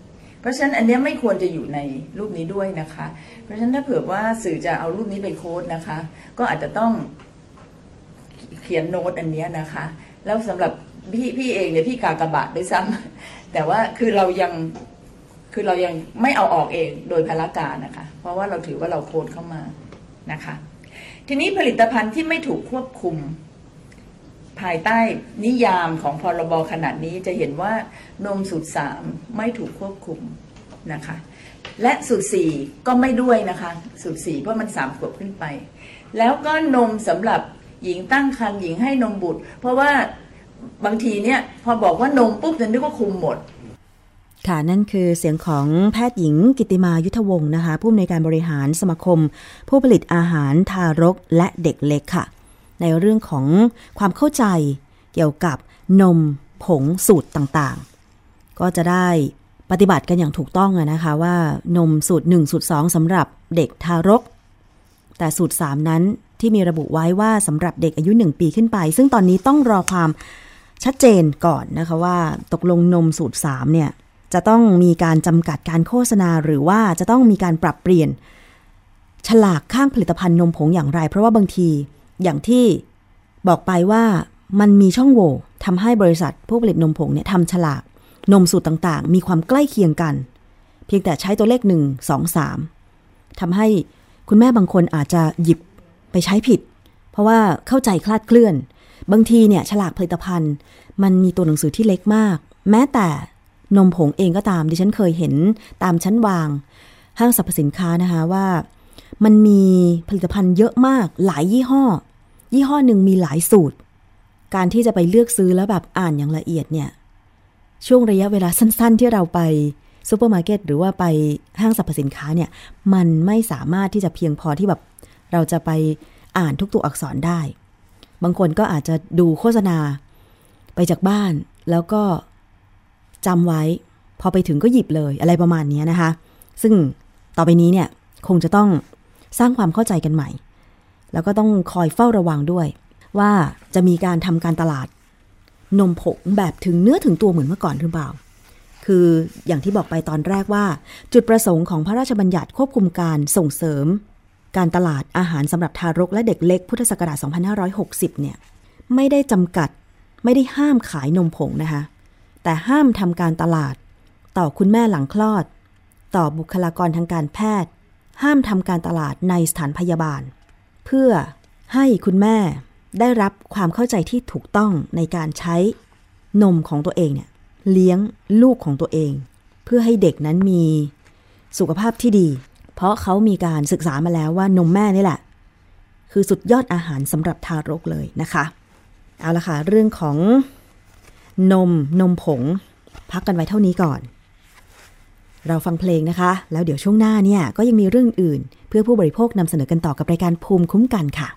เพราะฉะนั้นอันนี้ไม่ควรจะอยู่ในรูปนี้ด้วยนะคะเพราะฉะนั้นถ้าเผื่อว่าสื่อจะเอารูปนี้ไปโค้ดนะคะก็อาจจะต้องเขียนโน้ตอันนี้นะคะแล้วสำหรับพี่พี่เองเนี่ยพี่กากบาทด้วยซ้ำแต่ว่าคือเรายังคือเรายังไม่เอาออกเองโดยพลการนะคะเพราะว่าเราถือว่าเราโค้ดเข้ามานะคะทีนี้ผลิตภัณฑ์ที่ไม่ถูกควบคุมภายใต้นิยามของพรบขนาดนี้จะเห็นว่านมสูตรสามไม่ถูกควบคุมนะคะและสูตรสี่ก็ไม่ด้วยนะคะสูตรสี่เพราะมันสามขวบขึ้นไปแล้วก็นมสำหรับหญิงตั้งครรภ์หญิงให้นมบุตรเพราะว่าบางทีเนี่ยพอบอกว่านมปุ๊บจะนึกว่าคุมหมดค่ะนั่นคือเสียงของแพทย์หญิงกิติมายุทธวงศ์นะคะผู้อำนวยการบริหารสมาคมผู้ผลิตอาหารทารกและเด็กเล็กค่ะในเรื่องของความเข้าใจเกี่ยวกับนมผงสูตรต่างๆก็จะได้ปฏิบัติกันอย่างถูกต้องนะคะว่านมสูตรหนึ่งสูตรสองสำหรับเด็กทารกแต่สูตรสามนั้นที่มีระบุไว้ว่าสำหรับเด็กอายุหนึ่งปีขึ้นไปซึ่งตอนนี้ต้องรอความชัดเจนก่อนนะคะว่าตกลงนมสูตรสามเนี่ยจะต้องมีการจำกัดการโฆษณาหรือว่าจะต้องมีการปรับเปลี่ยนฉลากข้างผลิตภัณฑ์นมผงอย่างไรเพราะว่าบางทีอย่างที่บอกไปว่ามันมีช่องโหว่ทำให้บริษัทผู้ผลิตนมผงเนี่ยทำฉลากนมสูตรต่างๆมีความใกล้เคียงกันเพียงแต่ใช้ตัวเลขหนึ่ง สอง สามทำให้คุณแม่บางคนอาจจะหยิบไปใช้ผิดเพราะว่าเข้าใจคลาดเคลื่อนบางทีเนี่ยฉลากผลิตภัณฑ์มันมีตัวหนังสือที่เล็กมากแม้แต่นมผงเองก็ตามดิฉันเคยเห็นตามชั้นวางห้างสรรพสินค้านะคะว่ามันมีผลิตภัณฑ์เยอะมากหลายยี่ห้อยี่ห้อหนึ่งมีหลายสูตรการที่จะไปเลือกซื้อแล้วแบบอ่านอย่างละเอียดเนี่ยช่วงระยะเวลาสั้นๆที่เราไปซูเปอร์มาร์เก็ตหรือว่าไปห้างสรรพสินค้าเนี่ยมันไม่สามารถที่จะเพียงพอที่แบบเราจะไปอ่านทุกตัวอักษรได้บางคนก็อาจจะดูโฆษณาไปจากบ้านแล้วก็จำไว้พอไปถึงก็หยิบเลยอะไรประมาณนี้นะคะซึ่งต่อไปนี้เนี่ยคงจะต้องสร้างความเข้าใจกันใหม่แล้วก็ต้องคอยเฝ้าระวังด้วยว่าจะมีการทำการตลาดนมผงแบบถึงเนื้อถึงตัวเหมือนเมื่อก่อนหรือเปล่าคืออย่างที่บอกไปตอนแรกว่าจุดประสงค์ของพระราชบัญญัติควบคุมการส่งเสริมการตลาดอาหารสำหรับทารกและเด็กเล็กพุทธศักราชสองพันห้าร้อยหกสิบเนี่ยไม่ได้จำกัดไม่ได้ห้ามขายนมผงนะคะแต่ห้ามทำการตลาดต่อคุณแม่หลังคลอดต่อบุคลากรทางการแพทย์ห้ามทำการตลาดในสถานพยาบาลเพื่อให้คุณแม่ได้รับความเข้าใจที่ถูกต้องในการใช้นมของตัวเองเนี่ยเลี้ยงลูกของตัวเองเพื่อให้เด็กนั้นมีสุขภาพที่ดีเพราะเขามีการศึกษามาแล้วว่านมแม่นี่แหละคือสุดยอดอาหารสำหรับทารกเลยนะคะเอาละค่ะเรื่องของนมนมผงพักกันไว้เท่านี้ก่อนเราฟังเพลงนะคะแล้วเดี๋ยวช่วงหน้าเนี่ยก็ยังมีเรื่องอื่นเพื่อผู้บริโภคนำเสนอกันต่อกับรายการภูมิคุ้มกันค่ะ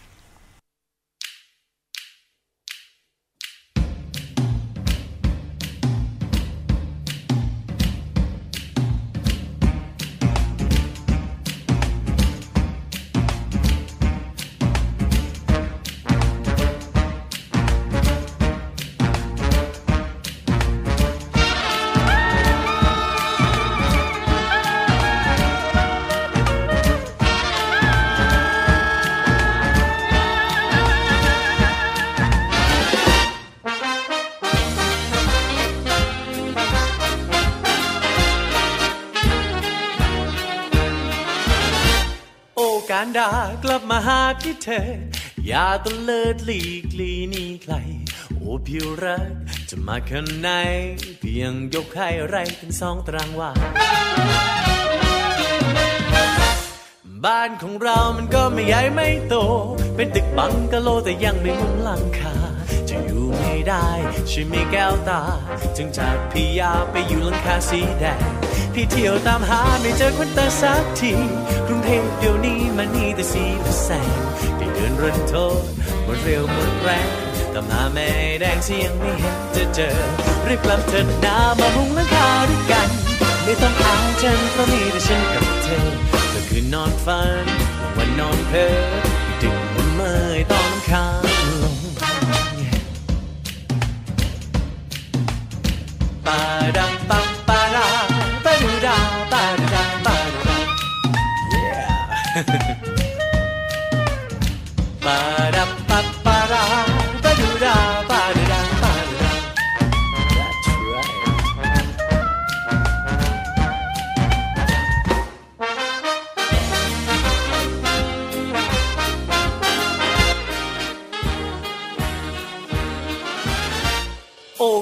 การด่ากลับมาหาที่เธออย่าตะเลิดหลีกลีหนีไกลโอ้พี่รักจะมาแค่ไหนเพียงยกให้ไรเป็นสองตารางวาบ้านของเรามันก็ไม่ใหญ่ไม่โตเป็นตึกบังกะโลแต่ยังไม่มุงหลังคาจะอยู่ไม่ได้ใช่ไหมแก้วตาจึงจากพี่ยาไปอยู่หลังคาสีแดงพี่เที่ยวตามหาไม่เจอคนตาสักทีกรุงเทพเดี๋ยวนี้มันนี่แต่สีแสงที่เดินรันโทหมดเร็วหมดแรงตามหาแม่แดงเสียงไม่เห็นจะเจอรีบกลับเถิดนามามุงหลังคาด้วยกันไม่ต้องอายฉันเพราะมีแต่ฉันกับเธอก็คือนอนฝันวันนอนเพ้อดึกมันเมื่อยต้องค้างลงปาดังปังปาดาปาดู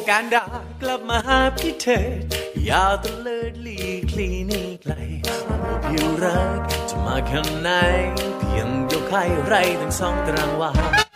การด่ากลับมาหาพี่เธอยาวตะเลิดลีคลีนี่ไกลผิวรักจะมาข้างในเพียงยกให้ไรทั้งสองตารางวา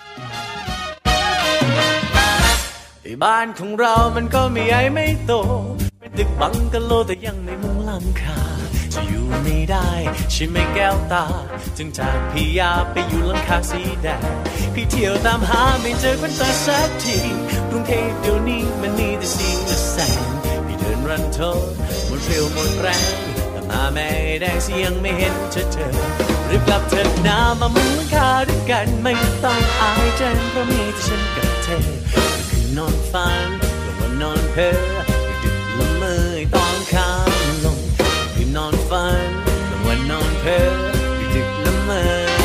บ้านของเรามันก็ไม่ใหญ่ไม่โตเป็นตึกบังกะโลแต่ยังไม่มุงหลังคาจะอยู่ไม่ได้ใช่ไหมแก้วตาจึงจากพี่ยาไปอยู่หลังคาสีแดงพี่เที่ยวตามหาไม่เจอคนตาสักทีกรุงเทพเดี๋ยวนี้มันมีแต่สิ่งละแสนพี่เดินรันโทหมดเรี่ยวหมดแรงแต่มาแม่แดงเสียงไม่เห็นเธอเธอรีบกลับเถิดนามามุงหลังคาด้วยกันไม่ต้องอายใจเพราะมีแต่ฉันกับเธอนอนฝันหรือว่านอนเพ้อดึกละเมอตอนข้ามลงรีบนอนฝันหรือว่านอนเพ้อดึกละเมอ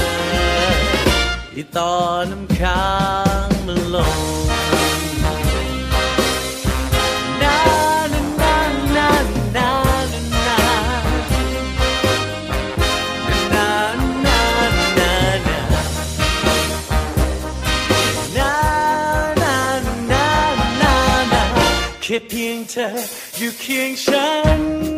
ตอนน้ำค้างมันลงนานานานานานานานาแค่เพียงเธออยู่เคียงฉัน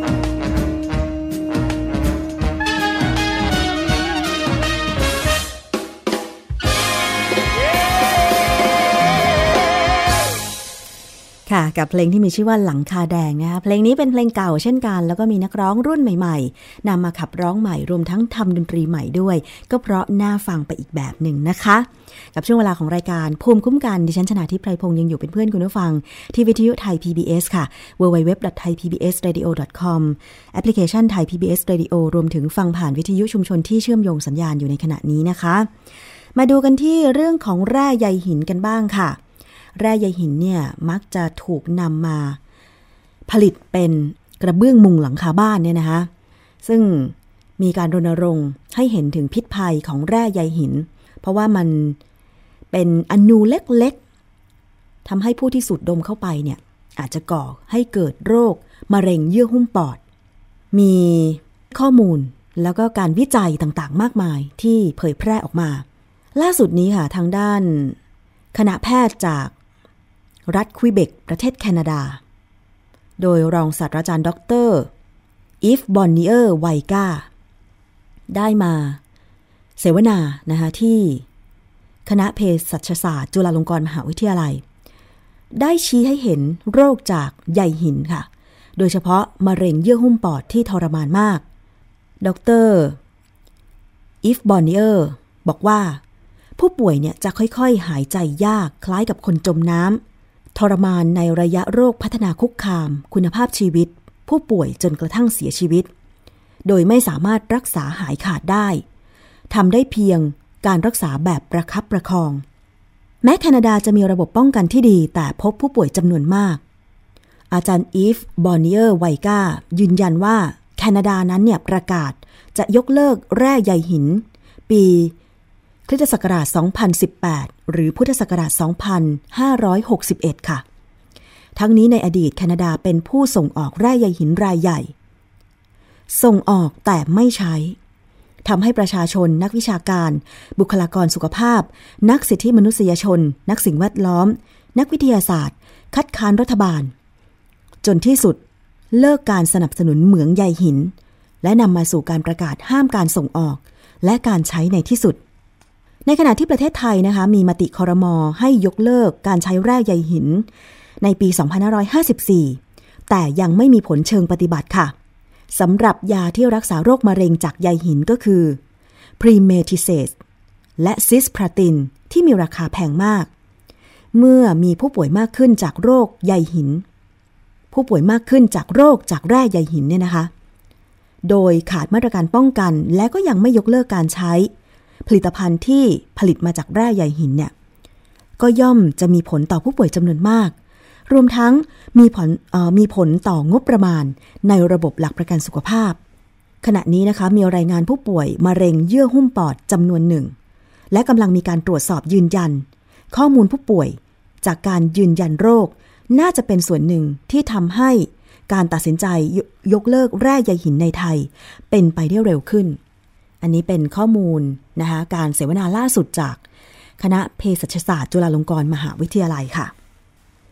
ค่ะกับเพลงที่มีชื่อว่าหลังคาแดงนะคะเพลงนี้เป็นเพลงเก่าเช่นกันแล้วก็มีนักร้องรุ่นใหม่ๆนำมาขับร้องใหม่รวมทั้งทำดนตรีใหม่ด้วยก็เพราะน่าฟังไปอีกแบบหนึ่งนะคะกับช่วงเวลาของรายการภูมิคุ้มกันดิฉันชนาธิป ไพรพงษ์ยังอยู่เป็นเพื่อนคุณผู้ฟังที่วิทยุไทย พี บี เอส ค่ะ ดับเบิลยู ดับเบิลยู ดับเบิลยู ดอท ไทย พี บี เอส เรดิโอ ดอท คอม แอปพลิเคชัน Thai พี บี เอส Radio รวมถึงฟังผ่านวิทยุชุมชนที่เชื่อมโยงสัญญาณอยู่ในขณะนี้นะคะมาดูกันที่เรื่องของแร่ใยหินกันบ้างค่ะแร่ใยหินเนี่ยมักจะถูกนำมาผลิตเป็นกระเบื้องมุงหลังคาบ้านเนี่ยนะคะซึ่งมีการรณรงค์ให้เห็นถึงพิษภัยของแร่ใยหินเพราะว่ามันเป็นอนูเล็กๆทำให้ผู้ที่สูดดมเข้าไปเนี่ยอาจจะก่อให้เกิดโรคมะเร็งเยื่อหุ้มปอดมีข้อมูลแล้วก็การวิจัยต่างๆมากมายที่เผยแพร่ออกมาล่าสุดนี้ค่ะทางด้านคณะแพทย์จากรัฐควิเบกประเทศแคนาดาโดยรองศาสตราจารย์ดรอีฟบอนเนียร์ไวกาได้มาเสวนานะคะที่คณะเภสัชศาสตร์จุฬาลงกรณ์มหาวิทยาลัยได้ชี้ให้เห็นโรคจากใยหินค่ะโดยเฉพาะมะเร็งเยื่อหุ้มปอดที่ทรมานมากดรอีฟบอนเนียร์บอกว่าผู้ป่วยเนี่ยจะค่อยๆหายใจยากคล้ายกับคนจมน้ำทรมานในระยะโรคพัฒนาคุกคามคุณภาพชีวิตผู้ป่วยจนกระทั่งเสียชีวิตโดยไม่สามารถรักษาหายขาดได้ทำได้เพียงการรักษาแบบประคับประคองแม้แคนาดาจะมีระบบป้องกันที่ดีแต่พบผู้ป่วยจำนวนมากอาจารย์อีฟบอนเนียร์ไวกายืนยันว่าแคนาดานั้นเนี่ยประกาศจะยกเลิกแร่ใยหินปีคริสตศักราชสองพันสิบแปดหรือพุทธศักราชสองพันห้าร้อยหกสิบเอ็ดค่ะทั้งนี้ในอดีตแคนาดาเป็นผู้ส่งออกแร่ใยหินรายใหญ่ส่งออกแต่ไม่ใช้ทำให้ประชาชนนักวิชาการบุคลากรสุขภาพนักสิทธิมนุษยชนนักสิ่งแวดล้อมนักวิทยาศาสตร์คัดค้านรัฐบาลจนที่สุดเลิกการสนับสนุนเหมืองใยหินและนำมาสู่การประกาศห้ามการส่งออกและการใช้ในที่สุดในขณะที่ประเทศไทยนะคะมีมติครม.ให้ยกเลิกการใช้แร่ใยหินในปีสองพันห้าร้อยห้าสิบสี่แต่ยังไม่มีผลเชิงปฏิบัติค่ะสำหรับยาที่รักษาโรคมะเร็งจากใยหินก็คือพรีเมทิเซสและซิสพราตินที่มีราคาแพงมากเมื่อมีผู้ป่วยมากขึ้นจากโรคใยหินผู้ป่วยมากขึ้นจากโรคจากแร่ใยหินเนี่ยนะคะโดยขาดมาตรการป้องกันและก็ยังไม่ยกเลิกการใช้ผลิตภัณฑ์ที่ผลิตมาจากแร่ใยหินเนี่ยก็ย่อมจะมีผลต่อผู้ป่วยจำนวนมากรวมทั้งมีผลมีผลต่องบประมาณในระบบหลักประกันสุขภาพขณะนี้นะคะมีรายงานผู้ป่วยมะเร็งเยื่อหุ้มปอดจำนวนหนึ่งและกำลังมีการตรวจสอบยืนยันข้อมูลผู้ป่วยจากการยืนยันโรคน่าจะเป็นส่วนหนึ่งที่ทำให้การตัดสินใจยกเลิกแร่ใยหินในไทยเป็นไปได้เร็วขึ้นอันนี้เป็นข้อมูลนะคะการเสวนาล่าสุดจากคณะเภสัชศาสตร์จุฬาลงกรณ์มหาวิทยาลัยค่ะ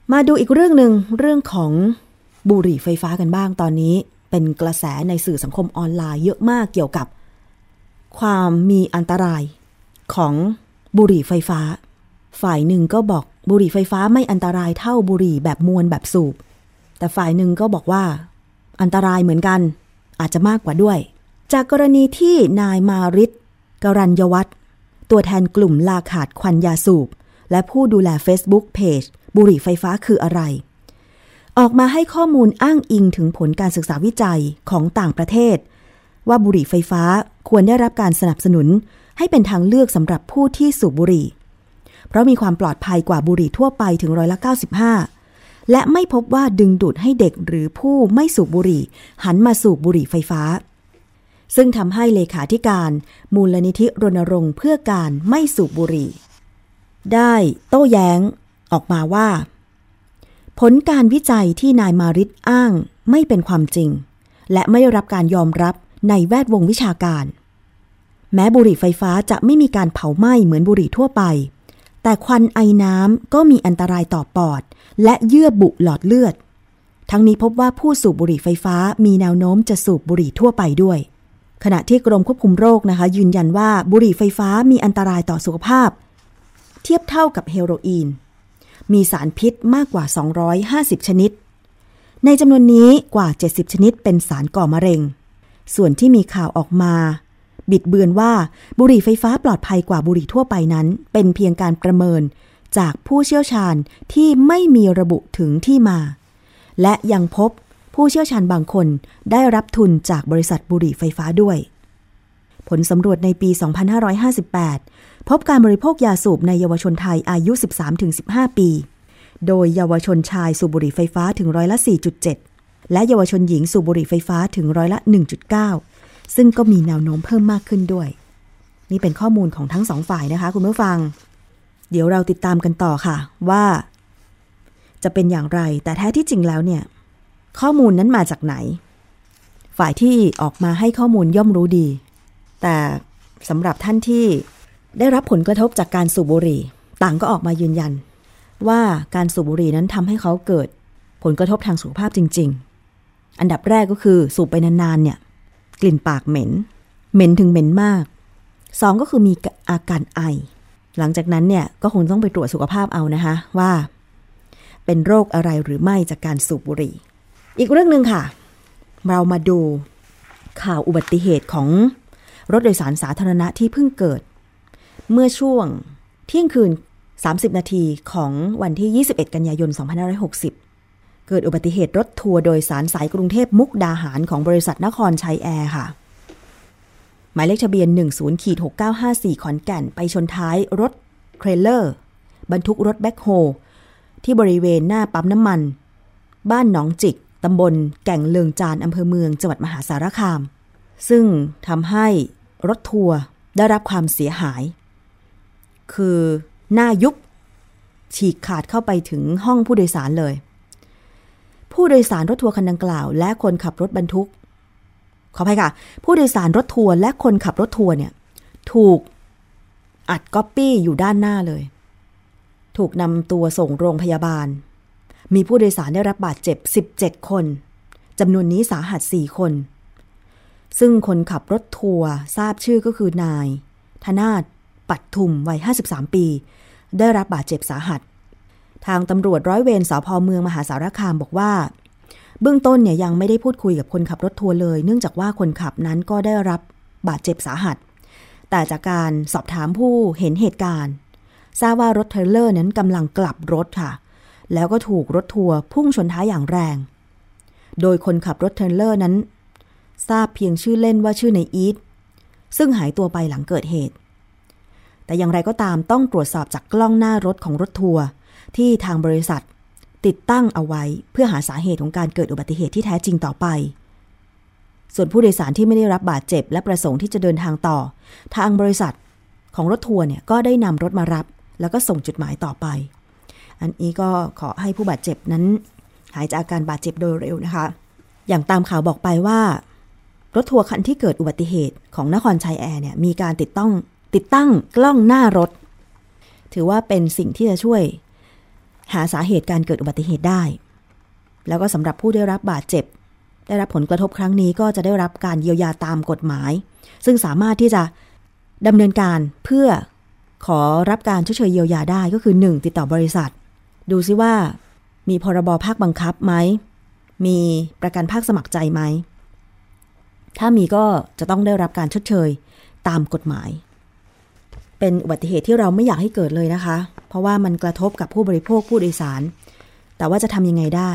มาดูอีกเรื่องหนึ่งเรื่องของบุหรี่ไฟฟ้ากันบ้างตอนนี้เป็นกระแสในสื่อสังคมออนไลน์เยอะมากเกี่ยวกับความมีอันตรายของบุหรี่ไฟฟ้าฝ่ายหนึ่งก็บอกบุหรี่ไฟฟ้าไม่อันตรายเท่าบุหรี่แบบมวนแบบสูบแต่ฝ่ายหนึ่งก็บอกว่าอันตรายเหมือนกันอาจจะมากกว่าด้วยจากกรณีที่นายมาริตกรัญยวัฒน์ตัวแทนกลุ่มลาขาดควันยาสูบและผู้ดูแล Facebook Page บุหรี่ไฟฟ้าคืออะไรออกมาให้ข้อมูลอ้างอิงถึงผลการศึกษาวิจัยของต่างประเทศว่าบุหรี่ไฟฟ้าควรได้รับการสนับสนุนให้เป็นทางเลือกสำหรับผู้ที่สูบบุหรี่เพราะมีความปลอดภัยกว่าบุหรี่ทั่วไปถึงร้อยละเก้าสิบห้าและไม่พบว่าดึงดูดให้เด็กหรือผู้ไม่สูบบุหรี่หันมาสูบบุหรี่ไฟฟ้าซึ่งทำให้เลขาธิการมูลนิธิรณรงค์เพื่อการไม่สูบบุหรี่ได้โต้แย้งออกมาว่าผลการวิจัยที่นายมาริตอ้างไม่เป็นความจริงและไม่ได้รับการยอมรับในแวดวงวิชาการแม้บุหรี่ไฟฟ้าจะไม่มีการเผาไหม้เหมือนบุหรี่ทั่วไปแต่ควันไอน้ำก็มีอันตรายต่อปอดและเยื่อบุหลอดเลือดทั้งนี้พบว่าผู้สูบบุหรี่ไฟฟ้ามีแนวโน้มจะสูบบุหรี่ทั่วไปด้วยขณะที่กรมควบคุมโรคนะคะยืนยันว่าบุหรี่ไฟฟ้ามีอันตรายต่อสุขภาพเทียบเท่ากับเฮโรอีนมีสารพิษมากกว่าสองร้อยห้าสิบชนิดในจำนวนนี้กว่าเจ็ดสิบชนิดเป็นสารก่อมะเร็งส่วนที่มีข่าวออกมาบิดเบือนว่าบุหรี่ไฟฟ้าปลอดภัยกว่าบุหรี่ทั่วไปนั้นเป็นเพียงการประเมินจากผู้เชี่ยวชาญที่ไม่มีระบุถึงที่มาและยังพบผู้เชี่ยวชาญบางคนได้รับทุนจากบริษัทบุหรี่ไฟฟ้าด้วยผลสำรวจในปี สองพันห้าร้อยห้าสิบแปด พบการบริโภคยาสูบในเยาวชนไทยอายุ สิบสามถึงสิบห้า ปีโดยเยาวชนชายสูบบุหรี่ไฟฟ้าถึงร้อยละ สี่จุดเจ็ด และเยาวชนหญิงสูบบุหรี่ไฟฟ้าถึงร้อยละ หนึ่งจุดเก้า ซึ่งก็มีแนวโน้มเพิ่มมากขึ้นด้วยนี่เป็นข้อมูลของทั้งสองฝ่ายนะคะคุณผู้ฟังเดี๋ยวเราติดตามกันต่อค่ะว่าจะเป็นอย่างไรแต่แท้ที่จริงแล้วเนี่ยข้อมูลนั้นมาจากไหนฝ่ายที่ออกมาให้ข้อมูลย่อมรู้ดีแต่สำหรับท่านที่ได้รับผลกระทบจากการสูบบุหรี่ต่างก็ออกมายืนยันว่าการสูบบุหรี่นั้นทำให้เขาเกิดผลกระทบทางสุขภาพจริงๆอันดับแรกก็คือสูบไปนานๆเนี่ยกลิ่นปากเหม็นเหม็นถึงเหม็นมากสองก็คือมีอาการไอหลังจากนั้นเนี่ยก็คงต้องไปตรวจสุขภาพเอานะคะว่าเป็นโรคอะไรหรือไม่จากการสูบบุหรี่อีกเรื่องนึงค่ะเรามาดูข่าวอุบัติเหตุของรถโดยสารสาธารณะที่เพิ่งเกิดเมื่อช่วงเที่ยงคืนสามสิบนาทีของวันที่ยี่สิบเอ็ดกันยายนสองพันห้าร้อยหกสิบเกิดอุบัติเหตุรถทัวร์โดยสารสายกรุงเทพมุกดาหารของบริษัทนครชัยแอร์ค่ะหมายเลขทะเบียน หนึ่ง ศูนย์ หก เก้า ห้า สี่ ขอนแก่นไปชนท้ายรถเทรลเลอร์บรรทุกรถแบ็คโฮที่บริเวณหน้าปั๊มน้ำมันบ้านหนองจิกตำบลแก่งเลืองจานอำเภอเมืองจังหวัดมหาสารคามซึ่งทำให้รถทัวร์ได้รับความเสียหายคือหน้ายุบฉีกขาดเข้าไปถึงห้องผู้โดยสารเลยผู้โดยสารรถทัวร์คันดังกล่าวและคนขับรถบรรทุกขออภัยค่ะผู้โดยสารรถทัวร์และคนขับรถทัวร์เนี่ยถูกอัดก๊อปปี้อยู่ด้านหน้าเลยถูกนำตัวส่งโรงพยาบาลมีผู้โดยสารได้รับบาดเจ็บสิบเจ็ดคนจำนวนนี้สาหัสสี่คนซึ่งคนขับรถทัวร์ทราบชื่อก็คือนายธนาถปัททุมวัยห้าสิบสามปีได้รับบาดเจ็บสาหัสทางตำรวจร้อยเวรสภ.เมืองมหาสารคามบอกว่าเบื้องต้นเนี่ยยังไม่ได้พูดคุยกับคนขับรถทัวร์เลยเนื่องจากว่าคนขับนั้นก็ได้รับบาดเจ็บสาหัสแต่จากการสอบถามผู้เห็นเหตุการณ์ทราบว่ารถเทรลเลอร์นั้นกำลังกลับรถค่ะแล้วก็ถูกรถทัวร์พุ่งชนท้ายอย่างแรงโดยคนขับรถเทรลเลอร์นั้นทราบเพียงชื่อเล่นว่าชื่อนายอีทซึ่งหายตัวไปหลังเกิดเหตุแต่อย่างไรก็ตามต้องตรวจสอบจากกล้องหน้ารถของรถทัวร์ที่ทางบริษัทติดตั้งเอาไว้เพื่อหาสาเหตุของการเกิดอุบัติเหตุที่แท้จริงต่อไปส่วนผู้โดยสารที่ไม่ได้รับบาดเจ็บและประสงค์ที่จะเดินทางต่อทางบริษัทของรถทัวร์เนี่ยก็ได้นำรถมารับแล้วก็ส่งจุดหมายต่อไปอันนี้ก็ขอให้ผู้บาดเจ็บนั้นหายจากอาการบาดเจ็บโดยเร็วนะคะอย่างตามข่าวบอกไปว่ารถทัวร์คันที่เกิดอุบัติเหตุของนครชัยแอร์เนี่ยมีการติดตั้งติดตั้งกล้องหน้ารถถือว่าเป็นสิ่งที่จะช่วยหาสาเหตุการเกิดอุบัติเหตุได้แล้วก็สำหรับผู้ได้รับบาดเจ็บได้รับผลกระทบครั้งนี้ก็จะได้รับการเยียวยาตามกฎหมายซึ่งสามารถที่จะดำเนินการเพื่อขอรับการชดเชยเยียวยาได้ก็คือหนึ่งติดต่อบริษัทดูซิว่ามีพรบภาคบังคับไหมมีประกันภาคสมัครใจไหมถ้ามีก็จะต้องได้รับการชดเชยตามกฎหมายเป็นอุบัติเหตุที่เราไม่อยากให้เกิดเลยนะคะเพราะว่ามันกระทบกับผู้บริโภคผู้โดยสารแต่ว่าจะทำยังไงได้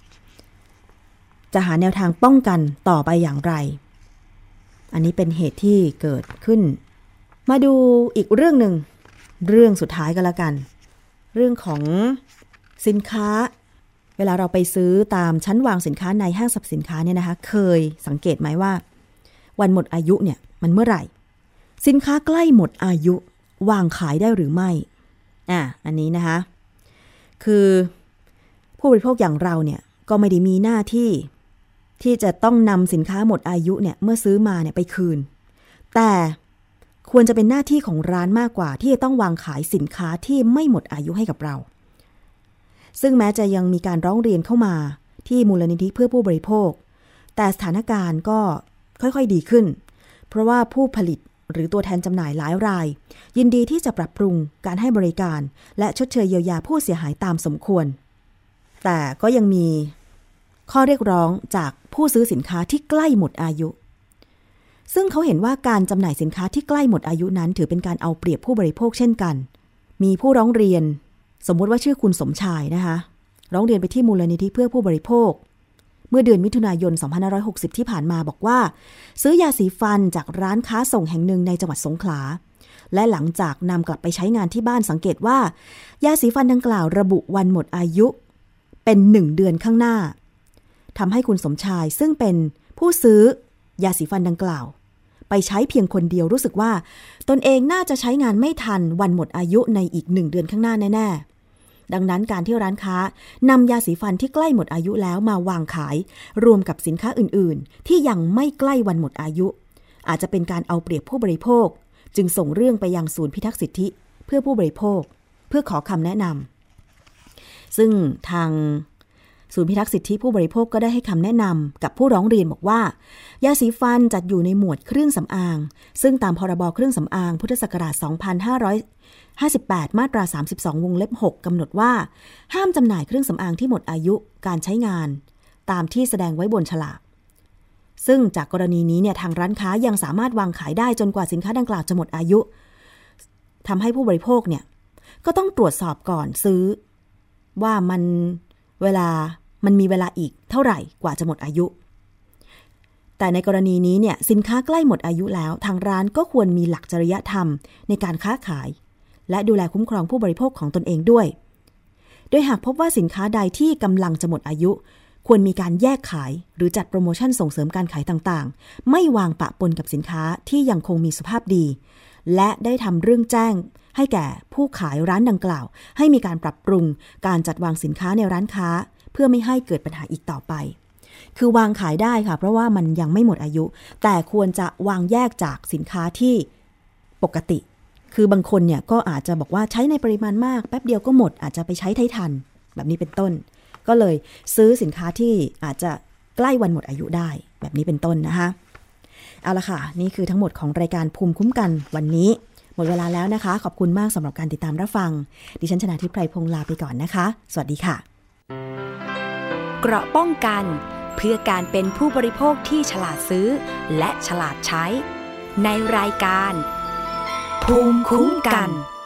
จะหาแนวทางป้องกันต่อไปอย่างไรอันนี้เป็นเหตุที่เกิดขึ้นมาดูอีกเรื่องหนึ่งเรื่องสุดท้ายก็แล้วกันเรื่องของสินค้าเวลาเราไปซื้อตามชั้นวางสินค้าในห้างสรรพสินค้าเนี่ยนะคะเคยสังเกตไหมว่าวันหมดอายุเนี่ยมันเมื่อไหร่สินค้าใกล้หมดอายุวางขายได้หรือไม่อ่ะอันนี้นะคะคือผู้บริโภคอย่างเราเนี่ยก็ไม่ได้มีหน้าที่ที่จะต้องนำสินค้าหมดอายุเนี่ยเมื่อซื้อมาเนี่ยไปคืนแต่ควรจะเป็นหน้าที่ของร้านมากกว่าที่จะต้องวางขายสินค้าที่ไม่หมดอายุให้กับเราซึ่งแม้จะยังมีการร้องเรียนเข้ามาที่มูลนิธิเพื่อผู้บริโภคแต่สถานการณ์ก็ค่อยๆดีขึ้นเพราะว่าผู้ผลิตหรือตัวแทนจำหน่ายหลายรายยินดีที่จะปรับปรุงการให้บริการและชดเชยเยียวยาผู้เสียหายตามสมควรแต่ก็ยังมีข้อเรียกร้องจากผู้ซื้อสินค้าที่ใกล้หมดอายุซึ่งเขาเห็นว่าการจำหน่ายสินค้าที่ใกล้หมดอายุนั้นถือเป็นการเอาเปรียบผู้บริโภคเช่นกันมีผู้ร้องเรียนสมมติว่าชื่อคุณสมชายนะคะร้องเรียนไปที่มูลนิธิเพื่อผู้บริโภคเมื่อเดือนมิถุนายนสองพันห้าร้อยหกสิบที่ผ่านมาบอกว่าซื้อยาสีฟันจากร้านค้าส่งแห่งหนึ่งในจังหวัดสงขลาและหลังจากนำกลับไปใช้งานที่บ้านสังเกตว่ายาสีฟันดังกล่าวระบุวันหมดอายุเป็นหนึ่งเดือนข้างหน้าทำให้คุณสมชายซึ่งเป็นผู้ซื้อยาสีฟันดังกล่าวไปใช้เพียงคนเดียวรู้สึกว่าตนเองน่าจะใช้งานไม่ทันวันหมดอายุในอีกหนึ่งเดือนข้างหน้าแน่ๆดังนั้นการที่ร้านค้านำยาสีฟันที่ใกล้หมดอายุแล้วมาวางขายรวมกับสินค้าอื่นๆที่ยังไม่ใกล้วันหมดอายุอาจจะเป็นการเอาเปรียบผู้บริโภคจึงส่งเรื่องไปยังศูนย์พิทักษ์สิทธิเพื่อผู้บริโภคเพื่อขอคำแนะนำซึ่งทางศูนย์พิทักษ์สิทธิผู้บริโภคก็ได้ให้คำแนะนำกับผู้ร้องเรียนบอกว่ายาสีฟันจัดอยู่ในหมวดเครื่องสำอางซึ่งตามพรบเครื่องสำอางพุทธศักราชสองพันห้าร้อยห้าสิบแปดมาตราสามสิบสองวงเล็บหกกำหนดว่าห้ามจำหน่ายเครื่องสำอางที่หมดอายุการใช้งานตามที่แสดงไว้บนฉลากซึ่งจากกรณีนี้เนี่ยทางร้านค้ายังสามารถวางขายได้จนกว่าสินค้าดังกล่าวจะหมดอายุทำให้ผู้บริโภคเนี่ยก็ต้องตรวจสอบก่อนซื้อว่ามันเวลามันมีเวลาอีกเท่าไหร่กว่าจะหมดอายุแต่ในกรณีนี้เนี่ยสินค้าใกล้หมดอายุแล้วทางร้านก็ควรมีหลักจริยธรรมในการค้าขายและดูแลคุ้มครองผู้บริโภคของตนเองด้วยโดยหากพบว่าสินค้าใดที่กำลังจะหมดอายุควรมีการแยกขายหรือจัดโปรโมชั่นส่งเสริมการขายต่างๆไม่วางปะปนกับสินค้าที่ยังคงมีสภาพดีและได้ทำเรื่องแจ้งให้แก่ผู้ขายร้านดังกล่าวให้มีการปรับปรุงการจัดวางสินค้าในร้านค้าเพื่อไม่ให้เกิดปัญหาอีกต่อไปคือวางขายได้ค่ะเพราะว่ามันยังไม่หมดอายุแต่ควรจะวางแยกจากสินค้าที่ปกติคือบางคนเนี่ยก็อาจจะบอกว่าใช้ในปริมาณมากแป๊บเดียวก็หมดอาจจะไปใช้ทันแบบนี้เป็นต้นก็เลยซื้อสินค้าที่อาจจะใกล้วันหมดอายุได้แบบนี้เป็นต้นนะคะเอาละค่ะนี่คือทั้งหมดของรายการภูมิคุ้มกันวันนี้หมดเวลาแล้วนะคะขอบคุณมากสำหรับการติดตามรับฟังดิฉันชนาธิปไพพงษ์ลาไปก่อนนะคะสวัสดีค่ะเกราะป้องกันเพื่อการเป็นผู้บริโภคที่ฉลาดซื้อและฉลาดใช้ในรายการภูมิคุ้มกัน